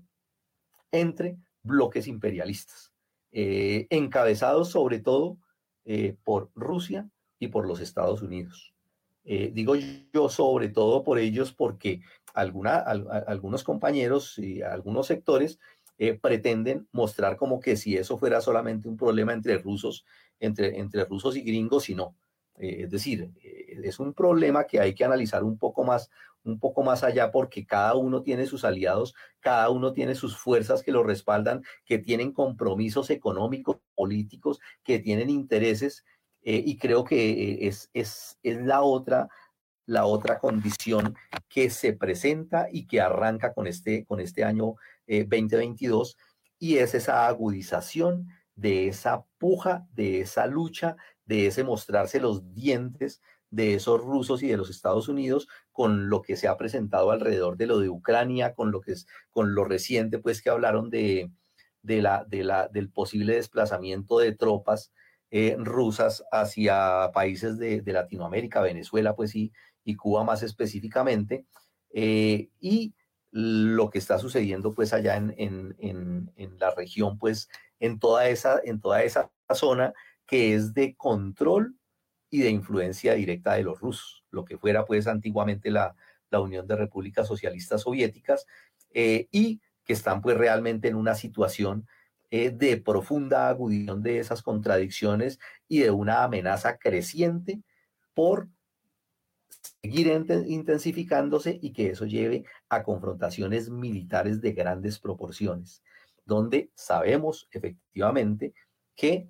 entre bloques imperialistas. Eh, encabezados sobre todo eh, por Rusia y por los Estados Unidos. Eh, digo yo sobre todo por ellos porque alguna, al, a, algunos compañeros y algunos sectores eh, pretenden mostrar como que si eso fuera solamente un problema entre rusos, entre, entre rusos y gringos, y no. Eh, es decir, eh, es un problema que hay que analizar un poco más, un poco más allá porque cada uno tiene sus aliados, cada uno tiene sus fuerzas que lo respaldan, que tienen compromisos económicos, políticos, que tienen intereses eh, y creo que es, es, es la otra, la otra condición que se presenta y que arranca con este, con este año eh, veinte veintidós y es esa agudización de esa puja, de esa lucha, de ese mostrarse los dientes de esos rusos y de los Estados Unidos con lo que se ha presentado alrededor de lo de Ucrania, con lo que es, con lo reciente pues que hablaron de, de la, de la, del posible desplazamiento de tropas eh, rusas hacia países de, de Latinoamérica, Venezuela pues y, y Cuba más específicamente, eh, y lo que está sucediendo pues allá en, en, en, en la región pues en toda esa, en toda esa zona que es de control y de influencia directa de los rusos, lo que fuera pues antiguamente la, la Unión de Repúblicas Socialistas Soviéticas, eh, y que están pues realmente en una situación eh, de profunda agudización de esas contradicciones y de una amenaza creciente por seguir intensificándose y que eso lleve a confrontaciones militares de grandes proporciones, donde sabemos efectivamente que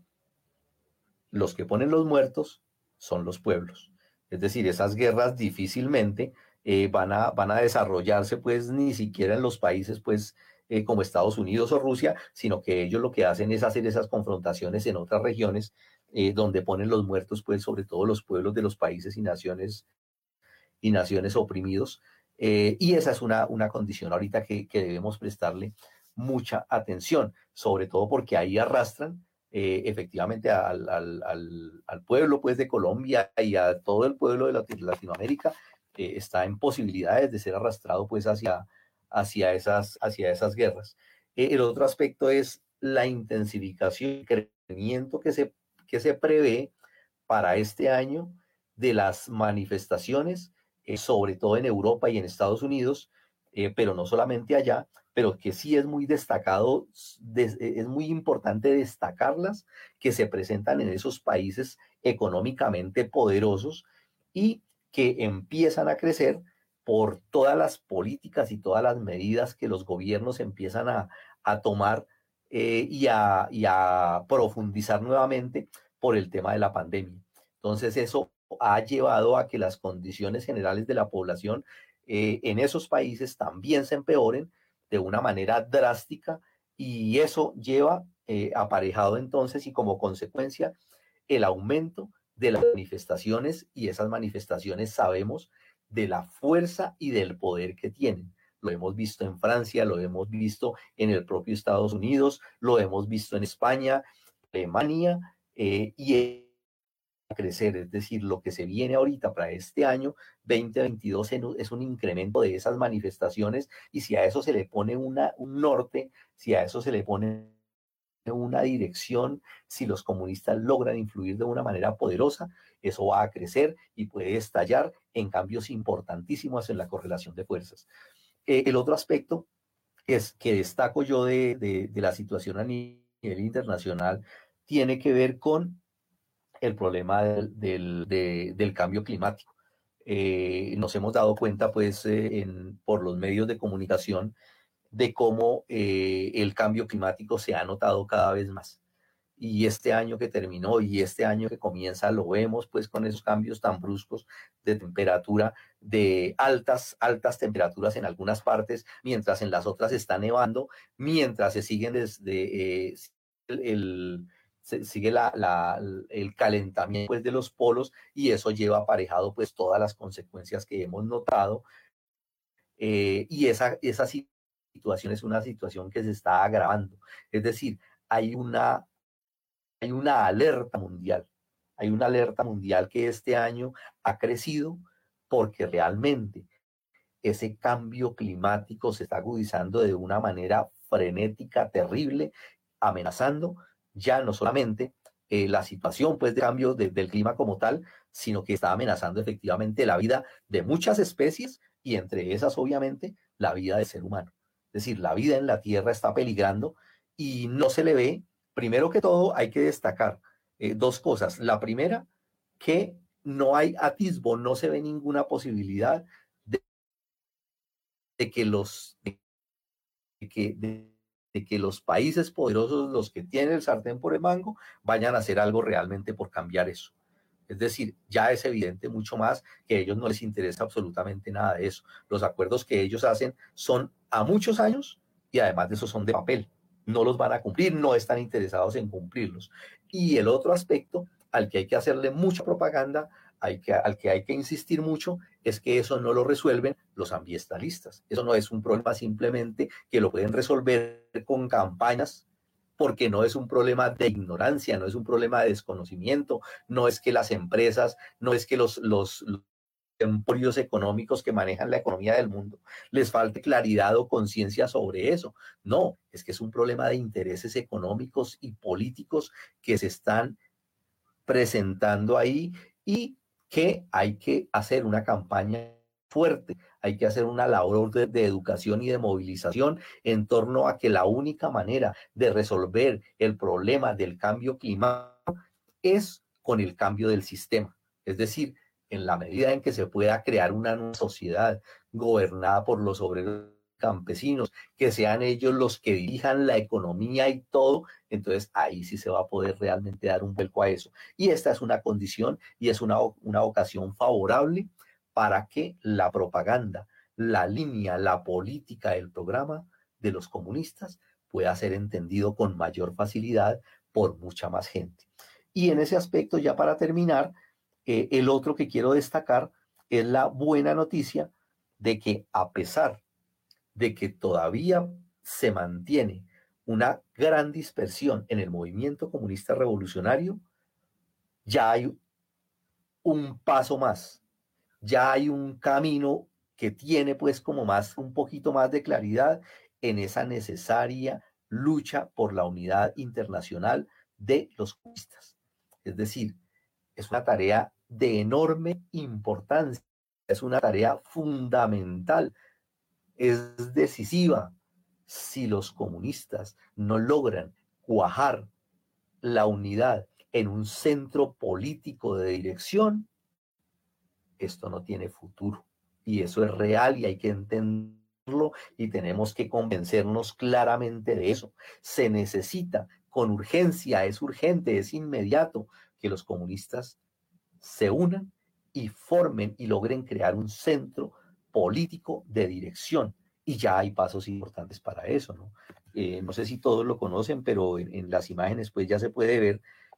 los que ponen los muertos son los pueblos. Es decir, esas guerras difícilmente eh, van, a, van a desarrollarse pues ni siquiera en los países pues eh, como Estados Unidos o Rusia, sino que ellos lo que hacen es hacer esas confrontaciones en otras regiones eh, donde ponen los muertos pues sobre todo los pueblos de los países y naciones y naciones oprimidos. Eh, y esa es una, una condición ahorita que, que debemos prestarle mucha atención, sobre todo porque ahí arrastran Eh, efectivamente al, al, al, al pueblo pues de Colombia y a todo el pueblo de Latinoamérica eh, está en posibilidades de ser arrastrado pues hacia, hacia, esas, hacia esas guerras. Eh, el otro aspecto es la intensificación y crecimiento que se, que se prevé para este año de las manifestaciones, eh, sobre todo en Europa y en Estados Unidos, eh, pero no solamente allá, pero que sí es muy destacado, es muy importante destacarlas, que se presentan en esos países económicamente poderosos y que empiezan a crecer por todas las políticas y todas las medidas que los gobiernos empiezan a, a tomar eh, y, a, y a profundizar nuevamente por el tema de la pandemia. Entonces eso ha llevado a que las condiciones generales de la población eh, en esos países también se empeoren de una manera drástica y eso lleva eh, aparejado entonces y como consecuencia el aumento de las manifestaciones y esas manifestaciones sabemos de la fuerza y del poder que tienen. Lo hemos visto en Francia, lo hemos visto en el propio Estados Unidos, lo hemos visto en España, Alemania eh, y crecer, es decir, lo que se viene ahorita para este año veinte veintidós es un incremento de esas manifestaciones, y si a eso se le pone una, un norte, si a eso se le pone una dirección, si los comunistas logran influir de una manera poderosa, eso va a crecer y puede estallar en cambios importantísimos en la correlación de fuerzas. Eh, el otro aspecto es que destaco yo de, de, de la situación a nivel internacional tiene que ver con el problema del, del, de, del cambio climático. Eh, nos hemos dado cuenta, pues, eh, en, por los medios de comunicación, de cómo eh, el cambio climático se ha notado cada vez más. Y este año que terminó y este año que comienza lo vemos pues con esos cambios tan bruscos de temperatura, de altas, altas temperaturas en algunas partes, mientras en las otras está nevando, mientras se siguen desde eh, el, el se sigue la, la, el calentamiento pues, de los polos, y eso lleva aparejado pues todas las consecuencias que hemos notado, eh, y esa, esa situación es una situación que se está agravando. Es decir, hay una, hay una alerta mundial, hay una alerta mundial que este año ha crecido porque realmente ese cambio climático se está agudizando de una manera frenética, terrible, amenazando ya no solamente eh, la situación pues, de cambio de, del clima como tal, sino que está amenazando efectivamente la vida de muchas especies, y entre esas obviamente la vida del ser humano. Es decir, la vida en la Tierra está peligrando y no se le ve. Primero que todo hay que destacar eh, dos cosas. La primera, que no hay atisbo, no se ve ninguna posibilidad de, de que los de, de que de, de que los países poderosos, los que tienen el sartén por el mango, vayan a hacer algo realmente por cambiar eso. Es decir, ya es evidente mucho más que a ellos no les interesa absolutamente nada de eso. Los acuerdos que ellos hacen son a muchos años y además de eso son de papel. No los van a cumplir, no están interesados en cumplirlos. Y el otro aspecto al que hay que hacerle mucha propaganda, hay que, al que hay que insistir mucho, es que eso no lo resuelven los ambientalistas. Eso no es un problema simplemente que lo pueden resolver con campañas, porque no es un problema de ignorancia, no es un problema de desconocimiento, no es que las empresas, no es que los, los, los emporios económicos que manejan la economía del mundo les falte claridad o conciencia sobre eso. No, es que es un problema de intereses económicos y políticos que se están presentando ahí, y que hay que hacer una campaña fuerte, hay que hacer una labor de, de educación y de movilización en torno a que la única manera de resolver el problema del cambio climático es con el cambio del sistema. Es decir, en la medida en que se pueda crear una nueva sociedad gobernada por los obreros campesinos, que sean ellos los que dirijan la economía y todo, entonces ahí sí se va a poder realmente dar un vuelco a eso. Y esta es una condición y es una, una ocasión favorable para que la propaganda, la línea, la política, el programa de los comunistas pueda ser entendido con mayor facilidad por mucha más gente. Y en ese aspecto, ya para terminar, eh, el otro que quiero destacar es la buena noticia de que, a pesar de que todavía se mantiene una gran dispersión en el movimiento comunista revolucionario, ya hay un paso más, ya hay un camino que tiene pues como más, un poquito más de claridad en esa necesaria lucha por la unidad internacional de los comunistas. Es decir, es una tarea de enorme importancia, es una tarea fundamental, es decisiva. Si los comunistas no logran cuajar la unidad en un centro político de dirección, esto no tiene futuro. Y eso es real y hay que entenderlo y tenemos que convencernos claramente de eso. Se necesita con urgencia, es urgente, es inmediato que los comunistas se unan y formen y logren crear un centro político de dirección. Y ya hay pasos importantes para eso, ¿no? Eh, no sé si todos lo conocen, pero en, en las imágenes pues ya se puede ver,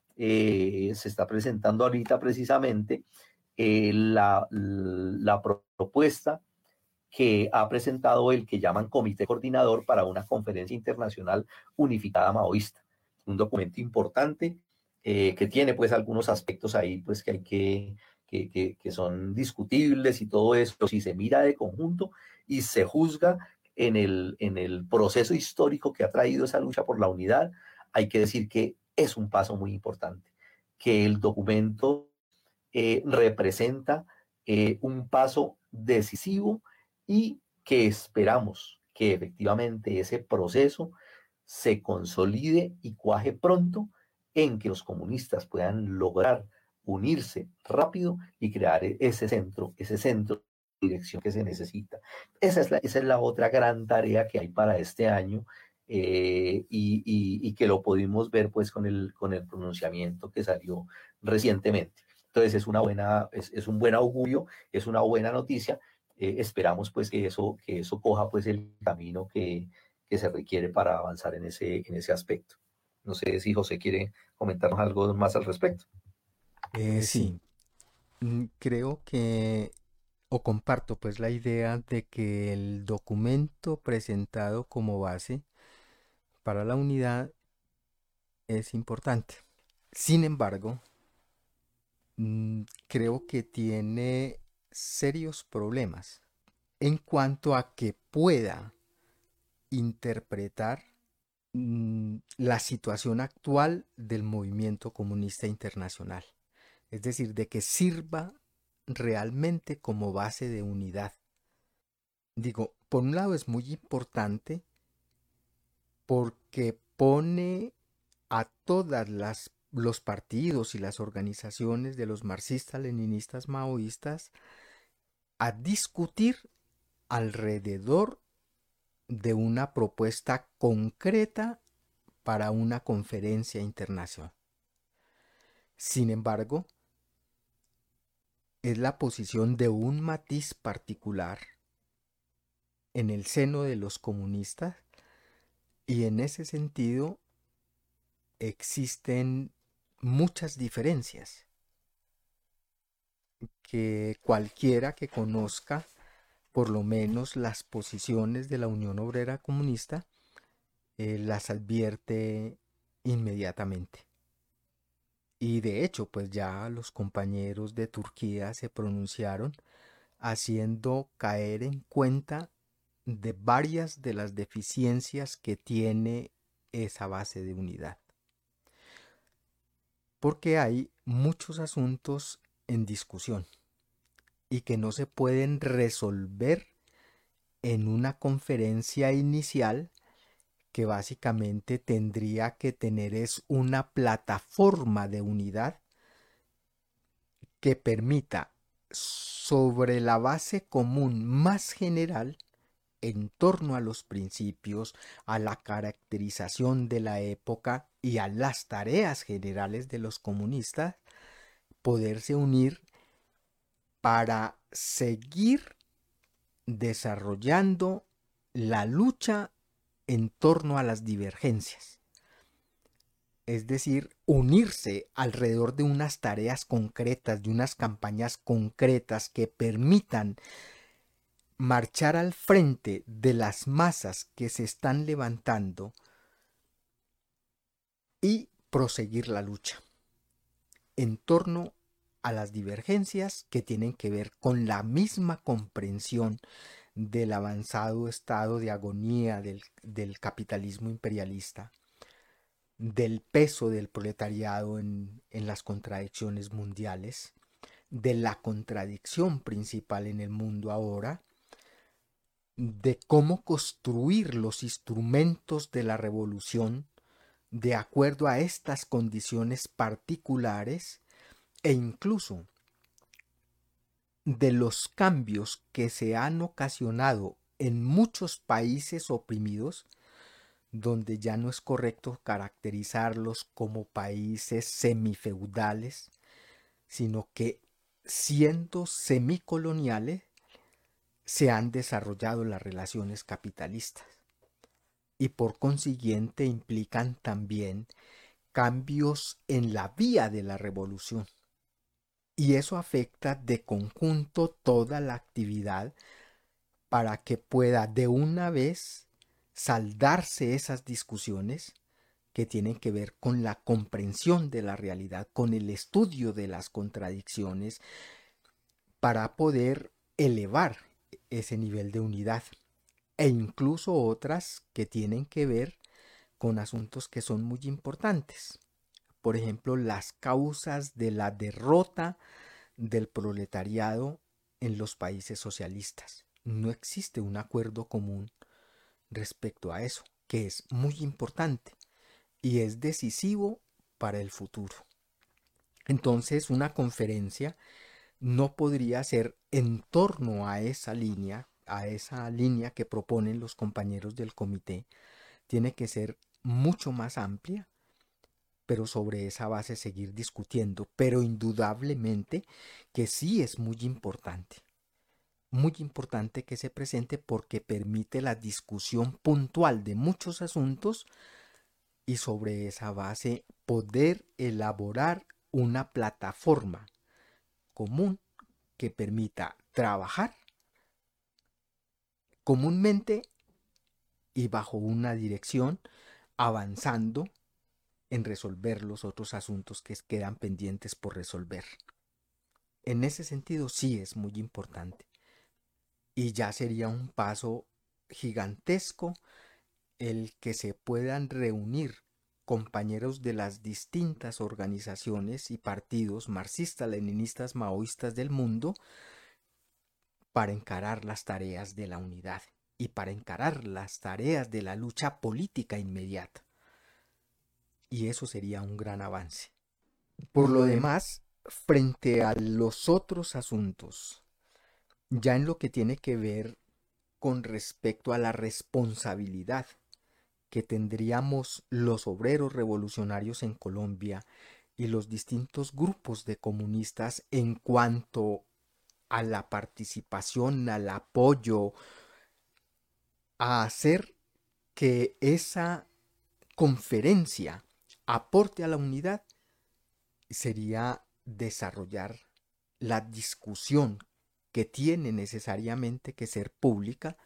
eh, se está presentando ahorita precisamente eh, la, la propuesta que ha presentado el que llaman Comité Coordinador para una Conferencia Internacional Unificada Maoísta. Un documento importante eh, que tiene pues algunos aspectos ahí pues que hay que, que, que, que son discutibles y todo esto, si se mira de conjunto y se juzga en el, en el proceso histórico que ha traído esa lucha por la unidad, hay que decir que es un paso muy importante, que el documento eh, representa eh, un paso decisivo y que esperamos que efectivamente ese proceso se consolide y cuaje pronto en que los comunistas puedan lograr unirse rápido y crear ese centro, ese centro de dirección que se necesita. Esa es la, esa es la otra gran tarea que hay para este año eh, y, y, y que lo pudimos ver pues con el, con el pronunciamiento que salió recientemente. Entonces es, una buena, es, es un buen augurio, es una buena noticia. Eh, esperamos pues que eso, que eso coja pues el camino que, que se requiere para avanzar en ese, en ese aspecto. No sé si José quiere comentarnos algo más al respecto. Eh, sí, mm, creo que o comparto pues la idea de que el documento presentado como base para la unidad es importante. Sin embargo, mm, creo que tiene serios problemas en cuanto a que pueda interpretar mm, la situación actual del movimiento comunista internacional. Es decir, de que sirva realmente como base de unidad. Digo, por un lado es muy importante porque pone a todas las los partidos y las organizaciones de los marxistas, leninistas, maoístas a discutir alrededor de una propuesta concreta para una conferencia internacional. Sin embargo, es la posición de un matiz particular en el seno de los comunistas y en ese sentido existen muchas diferencias que cualquiera que conozca por lo menos las posiciones de la Unión Obrera Comunista eh, las advierte inmediatamente. Y de hecho, pues ya los compañeros de Turquía se pronunciaron haciendo caer en cuenta de varias de las deficiencias que tiene esa base de unidad. Porque hay muchos asuntos en discusión y que no se pueden resolver en una conferencia inicial que básicamente tendría que tener es una plataforma de unidad que permita sobre la base común más general en torno a los principios, a la caracterización de la época y a las tareas generales de los comunistas, poderse unir para seguir desarrollando la lucha en torno a las divergencias. Es decir, unirse alrededor de unas tareas concretas, de unas campañas concretas que permitan marchar al frente de las masas que se están levantando y proseguir la lucha en torno a las divergencias que tienen que ver con la misma comprensión del avanzado estado de agonía del, del capitalismo imperialista, del peso del proletariado en, en las contradicciones mundiales, de la contradicción principal en el mundo ahora, de cómo construir los instrumentos de la revolución de acuerdo a estas condiciones particulares e incluso de los cambios que se han ocasionado en muchos países oprimidos, donde ya no es correcto caracterizarlos como países semifeudales, sino que siendo semicoloniales se han desarrollado las relaciones capitalistas y por consiguiente implican también cambios en la vía de la revolución. Y eso afecta de conjunto toda la actividad para que pueda de una vez saldarse esas discusiones que tienen que ver con la comprensión de la realidad, con el estudio de las contradicciones, para poder elevar ese nivel de unidad, e incluso otras que tienen que ver con asuntos que son muy importantes. Por ejemplo, las causas de la derrota del proletariado en los países socialistas. No existe un acuerdo común respecto a eso, que es muy importante y es decisivo para el futuro. Entonces, una conferencia no podría ser en torno a esa línea, a esa línea que proponen los compañeros del comité. Tiene que ser mucho más amplia, pero sobre esa base seguir discutiendo. Pero indudablemente que sí es muy importante, muy importante que se presente, porque permite la discusión puntual de muchos asuntos y sobre esa base poder elaborar una plataforma común que permita trabajar comúnmente y bajo una dirección, avanzando en resolver los otros asuntos que quedan pendientes por resolver. En ese sentido sí es muy importante y ya sería un paso gigantesco el que se puedan reunir compañeros de las distintas organizaciones y partidos marxistas, leninistas, maoístas del mundo para encarar las tareas de la unidad y para encarar las tareas de la lucha política inmediata. Y eso sería un gran avance. Por lo demás, frente a los otros asuntos, ya en lo que tiene que ver con respecto a la responsabilidad que tendríamos los obreros revolucionarios en Colombia y los distintos grupos de comunistas en cuanto a la participación, al apoyo, a hacer que esa conferencia aporte a la unidad, sería desarrollar la discusión que tiene necesariamente que ser pública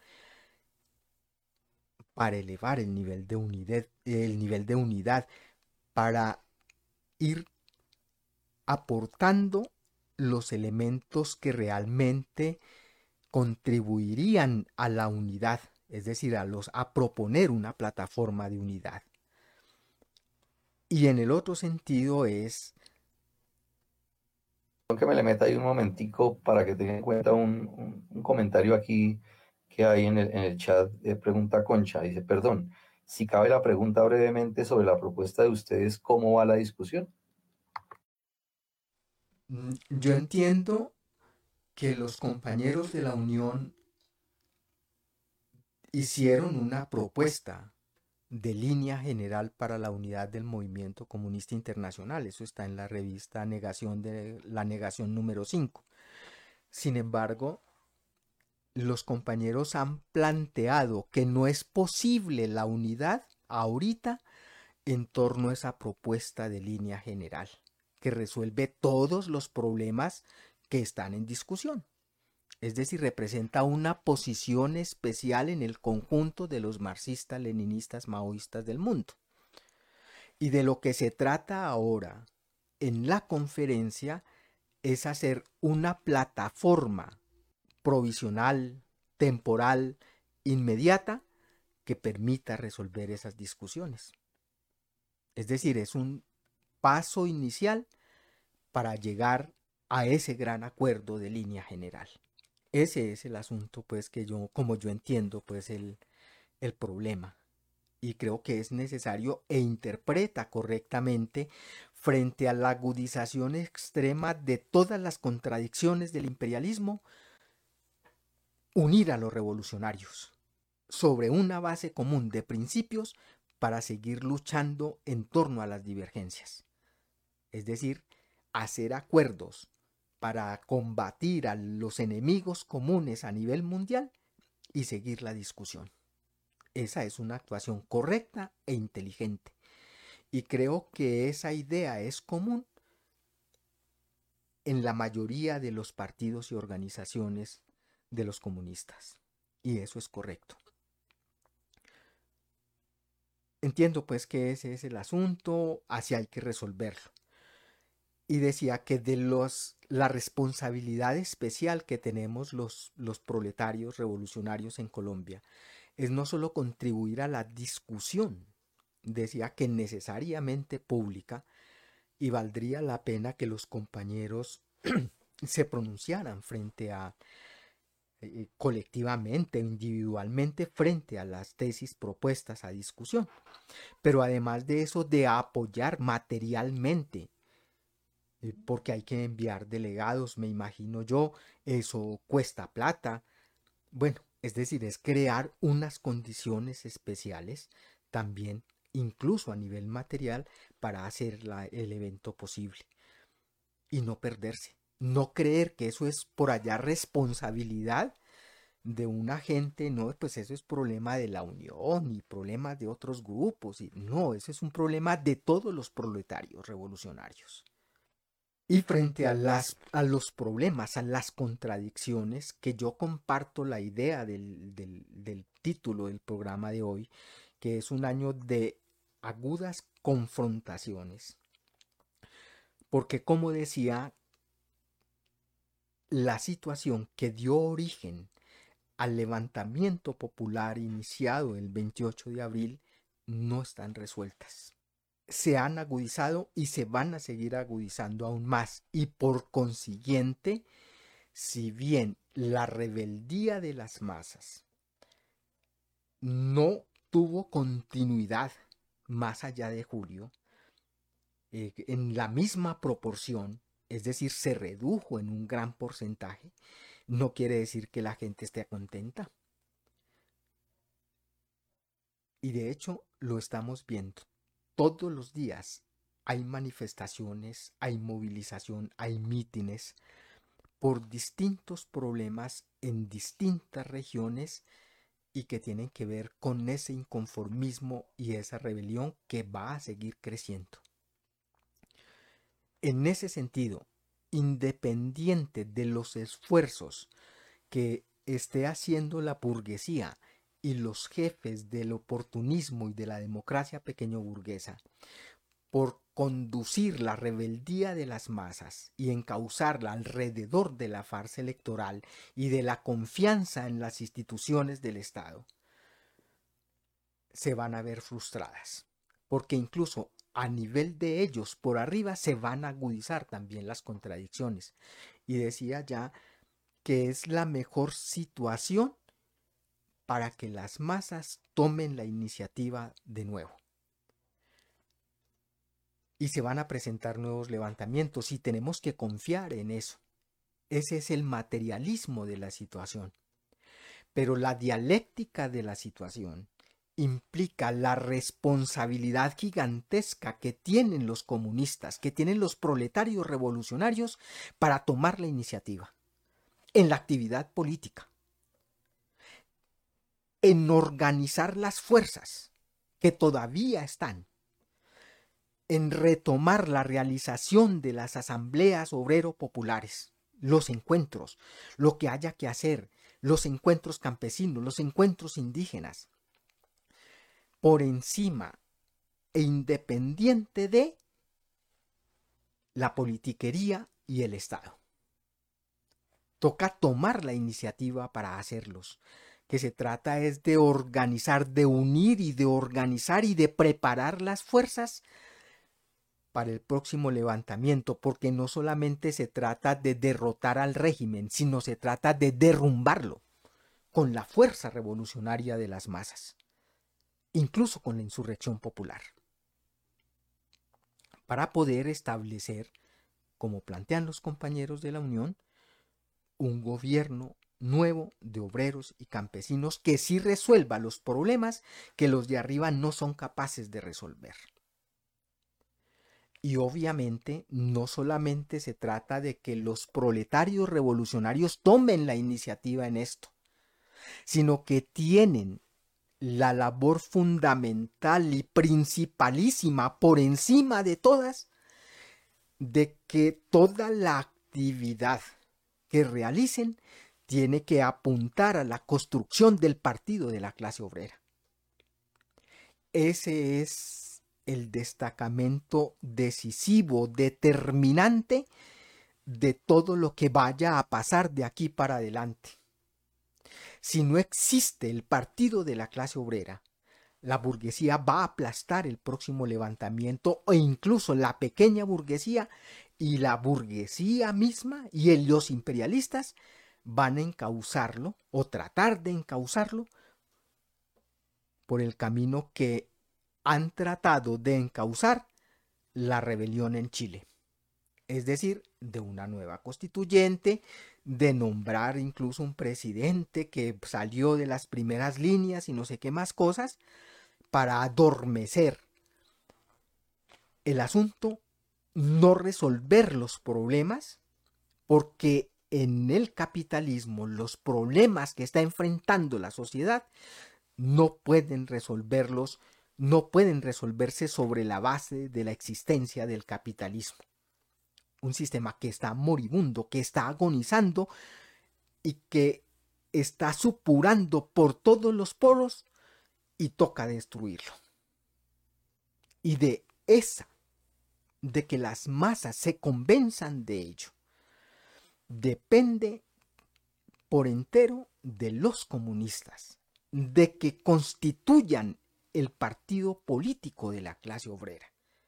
para elevar el nivel de unidad, el nivel de unidad, para ir aportando los elementos que realmente contribuirían a la unidad, es decir, a, los, a proponer una plataforma de unidad. Y en el otro sentido es... Que me le meta ahí un momentico para que tenga en cuenta un, un, un comentario aquí que hay en el, en el chat de Pregunta Concha. Dice, perdón, si cabe la pregunta brevemente sobre la propuesta de ustedes, ¿cómo va la discusión? Yo entiendo que los compañeros de la Unión hicieron una propuesta de línea general para la unidad del movimiento comunista internacional. Eso está en la revista Negación de la Negación número cinco. Sin embargo, los compañeros han planteado que no es posible la unidad ahorita en torno a esa propuesta de línea general que resuelve todos los problemas que están en discusión. Es decir, representa una posición especial en el conjunto de los marxistas, leninistas, maoístas del mundo. Y de lo que se trata ahora en la conferencia es hacer una plataforma provisional, temporal, inmediata, que permita resolver esas discusiones. Es decir, es un paso inicial para llegar a ese gran acuerdo de línea general. Ese es el asunto, pues, que yo, como yo entiendo, pues, el, el problema. Y creo que es necesario e interpreta correctamente frente a la agudización extrema de todas las contradicciones del imperialismo, unir a los revolucionarios sobre una base común de principios para seguir luchando en torno a las divergencias. Es decir, hacer acuerdos para combatir a los enemigos comunes a nivel mundial y seguir la discusión. Esa es una actuación correcta e inteligente. Y creo que esa idea es común en la mayoría de los partidos y organizaciones de los comunistas. Y eso es correcto. entiendo pues que ese es el asunto, así hay que resolverlo. Y decía que de los, la responsabilidad especial que tenemos los, los proletarios revolucionarios en Colombia es no solo contribuir a la discusión, decía que necesariamente pública, y valdría la pena que los compañeros se pronunciaran frente a, eh, colectivamente, individualmente, frente a las tesis propuestas a discusión. Pero además de eso, de apoyar materialmente, eh, porque hay que enviar delegados, me imagino yo, eso cuesta plata. Bueno, es decir, es crear unas condiciones especiales también, incluso a nivel material, para hacer la, el evento posible. Y no perderse, no creer que eso es por allá responsabilidad de una gente, no, pues eso es problema de la Unión y problemas de otros grupos. Y no, eso es un problema de todos los proletarios revolucionarios. Y frente a, las, a los problemas, a las contradicciones, que yo comparto la idea del, del, del título del programa de hoy, que es un año de agudas confrontaciones. Porque como decía, la situación que dio origen al levantamiento popular iniciado el veintiocho de abril no están resueltas. Se han agudizado y se van a seguir agudizando aún más. Y por consiguiente, si bien la rebeldía de las masas no tuvo continuidad más allá de julio, eh, en la misma proporción, es decir, se redujo en un gran porcentaje, no quiere decir que la gente esté contenta. Y de hecho lo estamos viendo. Todos los días hay manifestaciones, hay movilización, hay mítines por distintos problemas en distintas regiones y que tienen que ver con ese inconformismo y esa rebelión que va a seguir creciendo. En ese sentido, independiente de los esfuerzos que esté haciendo la burguesía y los jefes del oportunismo y de la democracia pequeño burguesa por conducir la rebeldía de las masas y encauzarla alrededor de la farsa electoral y de la confianza en las instituciones del Estado, se van a ver frustradas, porque incluso a nivel de ellos por arriba se van a agudizar también las contradicciones. Y decía ya que es la mejor situación para que las masas tomen la iniciativa de nuevo. Y se van a presentar nuevos levantamientos y tenemos que confiar en eso. Ese es el materialismo de la situación. Pero la dialéctica de la situación implica la responsabilidad gigantesca que tienen los comunistas, que tienen los proletarios revolucionarios para tomar la iniciativa en la actividad política, en organizar las fuerzas que todavía están, en retomar la realización de las asambleas obrero-populares, los encuentros, lo que haya que hacer, los encuentros campesinos, los encuentros indígenas, por encima e independiente de la politiquería y el Estado. Toca tomar la iniciativa para hacerlos. Que se trata es de organizar, de unir y de organizar y de preparar las fuerzas para el próximo levantamiento, porque no solamente se trata de derrotar al régimen, sino se trata de derrumbarlo con la fuerza revolucionaria de las masas, incluso con la insurrección popular, para poder establecer, como plantean los compañeros de la Unión, un gobierno nuevo de obreros y campesinos que sí resuelva los problemas que los de arriba no son capaces de resolver. Y obviamente no solamente se trata de que los proletarios revolucionarios tomen la iniciativa en esto, sino que tienen la labor fundamental y principalísima por encima de todas, de que toda la actividad que realicen tiene que apuntar a la construcción del partido de la clase obrera. ese es el destacamento decisivo, determinante de todo lo que vaya a pasar de aquí para adelante. Si no existe el partido de la clase obrera, la burguesía va a aplastar el próximo levantamiento, o incluso la pequeña burguesía, y la burguesía misma y los imperialistas van a encauzarlo o tratar de encauzarlo por el camino que han tratado de encauzar la rebelión en Chile. Es decir, de una nueva constituyente, de nombrar incluso un presidente que salió de las primeras líneas y no sé qué más cosas, para adormecer el asunto, no resolver los problemas, porque en el capitalismo los problemas que está enfrentando la sociedad no pueden resolverlos, no pueden resolverse sobre la base de la existencia del capitalismo. Un sistema que está moribundo, que está agonizando y que está supurando por todos los poros y toca destruirlo. Y de esa, de que las masas se convenzan de ello, depende por entero de los comunistas, de que constituyan el partido político de la clase obrera.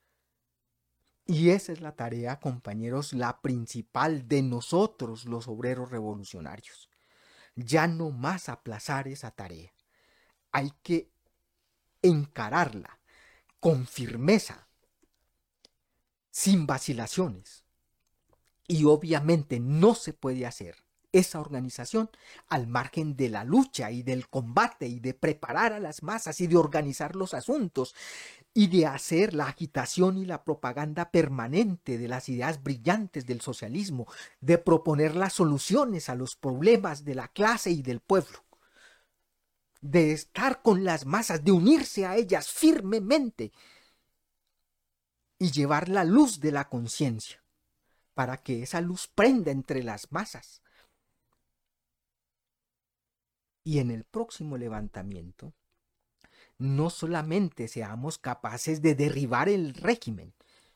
Y esa es la tarea, compañeros, la principal de nosotros, los obreros revolucionarios. Ya no más aplazar esa tarea. Hay que encararla con firmeza, sin vacilaciones. Y obviamente no se puede hacer esa organización al margen de la lucha y del combate y de preparar a las masas y de organizar los asuntos y de hacer la agitación y la propaganda permanente de las ideas brillantes del socialismo, de proponer las soluciones a los problemas de la clase y del pueblo, de estar con las masas, de unirse a ellas firmemente y llevar la luz de la conciencia para que esa luz prenda entre las masas. Y en el próximo levantamiento, no solamente seamos capaces de derribar el régimen,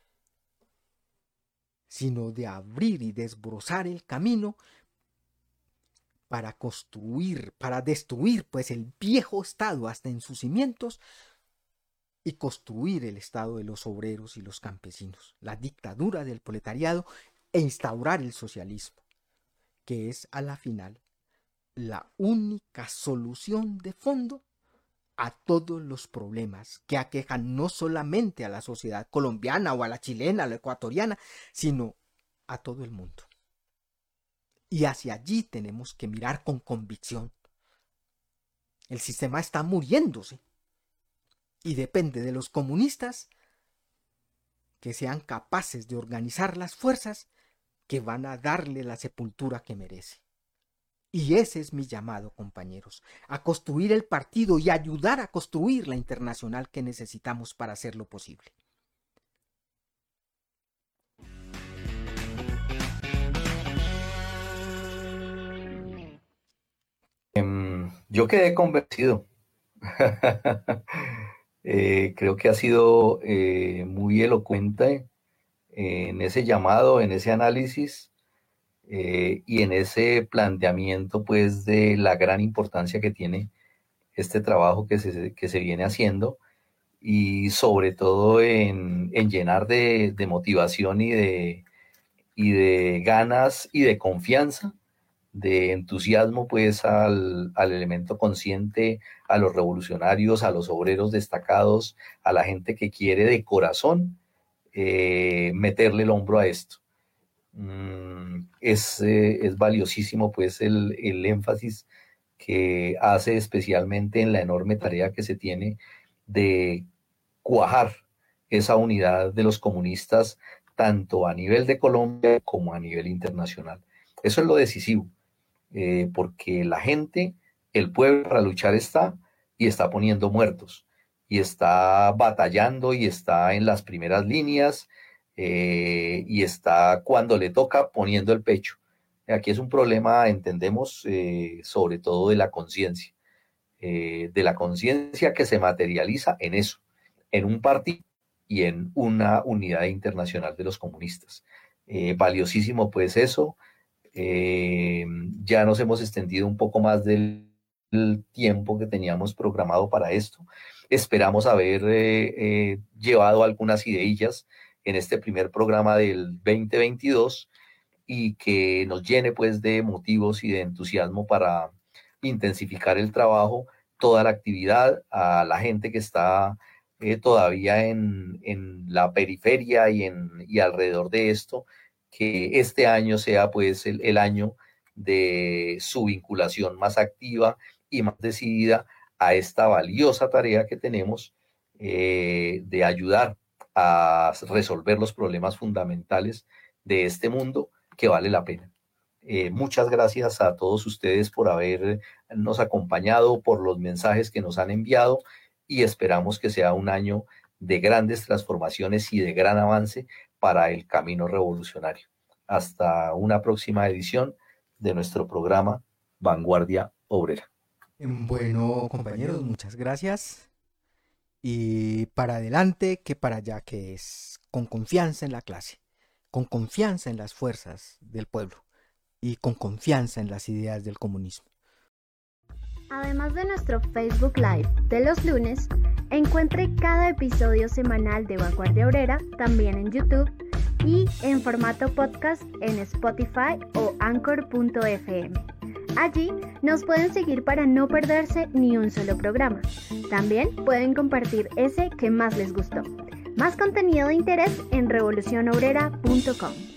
sino de abrir y desbrozar el camino para construir, para destruir pues el viejo Estado hasta en sus cimientos y construir el Estado de los obreros y los campesinos, la dictadura del proletariado e instaurar el socialismo, que es a la final la única solución de fondo a todos los problemas que aquejan no solamente a la sociedad colombiana o a la chilena, a la ecuatoriana, sino a todo el mundo. Y hacia allí tenemos que mirar con convicción. El sistema está muriéndose y depende de los comunistas que sean capaces de organizar las fuerzas que van a darle la sepultura que merece. Y ese es mi llamado, compañeros, a construir el partido y ayudar a construir la internacional que necesitamos para hacerlo posible. Um, yo quedé convencido. eh, creo que ha sido eh, muy elocuente eh, en ese llamado, en ese análisis. Eh, y en ese planteamiento pues de la gran importancia que tiene este trabajo que se, que se viene haciendo y sobre todo en, en llenar de, de motivación y de, y de ganas y de confianza, de entusiasmo pues al, al elemento consciente, a los revolucionarios, a los obreros destacados, a la gente que quiere de corazón eh, meterle el hombro a esto. Es, eh, es valiosísimo pues el, el énfasis que hace especialmente en la enorme tarea que se tiene de cuajar esa unidad de los comunistas tanto a nivel de Colombia como a nivel internacional. Eso es lo decisivo, eh, porque la gente, el pueblo para luchar está y está poniendo muertos y está batallando y está en las primeras líneas. Eh, y está cuando le toca poniendo el pecho. Aquí es un problema, entendemos, eh, sobre todo de la conciencia. eh, de la conciencia que se materializa en eso, en un partido y en una unidad internacional de los comunistas. Eh, valiosísimo pues eso. Eh, ya nos hemos extendido un poco más del, del tiempo que teníamos programado para esto. Esperamos haber eh, eh, llevado algunas ideillas en este primer programa del veinte veintidós y que nos llene pues de motivos y de entusiasmo para intensificar el trabajo, toda la actividad, a la gente que está eh, todavía en, en la periferia y, en, y alrededor de esto, que este año sea pues el, el año de su vinculación más activa y más decidida a esta valiosa tarea que tenemos eh, de ayudar a resolver los problemas fundamentales de este mundo que vale la pena. Eh, muchas gracias a todos ustedes por habernos acompañado, por los mensajes que nos han enviado y esperamos que sea un año de grandes transformaciones y de gran avance para el camino revolucionario. Hasta una próxima edición de nuestro programa Vanguardia Obrera. Bueno, compañeros, muchas gracias. Y para adelante que para allá, que es con confianza en la clase, con confianza en las fuerzas del pueblo y con confianza en las ideas del comunismo. Además de nuestro Facebook Live de los lunes, encuentre cada episodio semanal de Vanguardia Obrera también en YouTube y en formato podcast en Spotify o anchor punto f m. Allí nos pueden seguir para no perderse ni un solo programa. También pueden compartir ese que más les gustó. Más contenido de interés en revolución obrera punto com.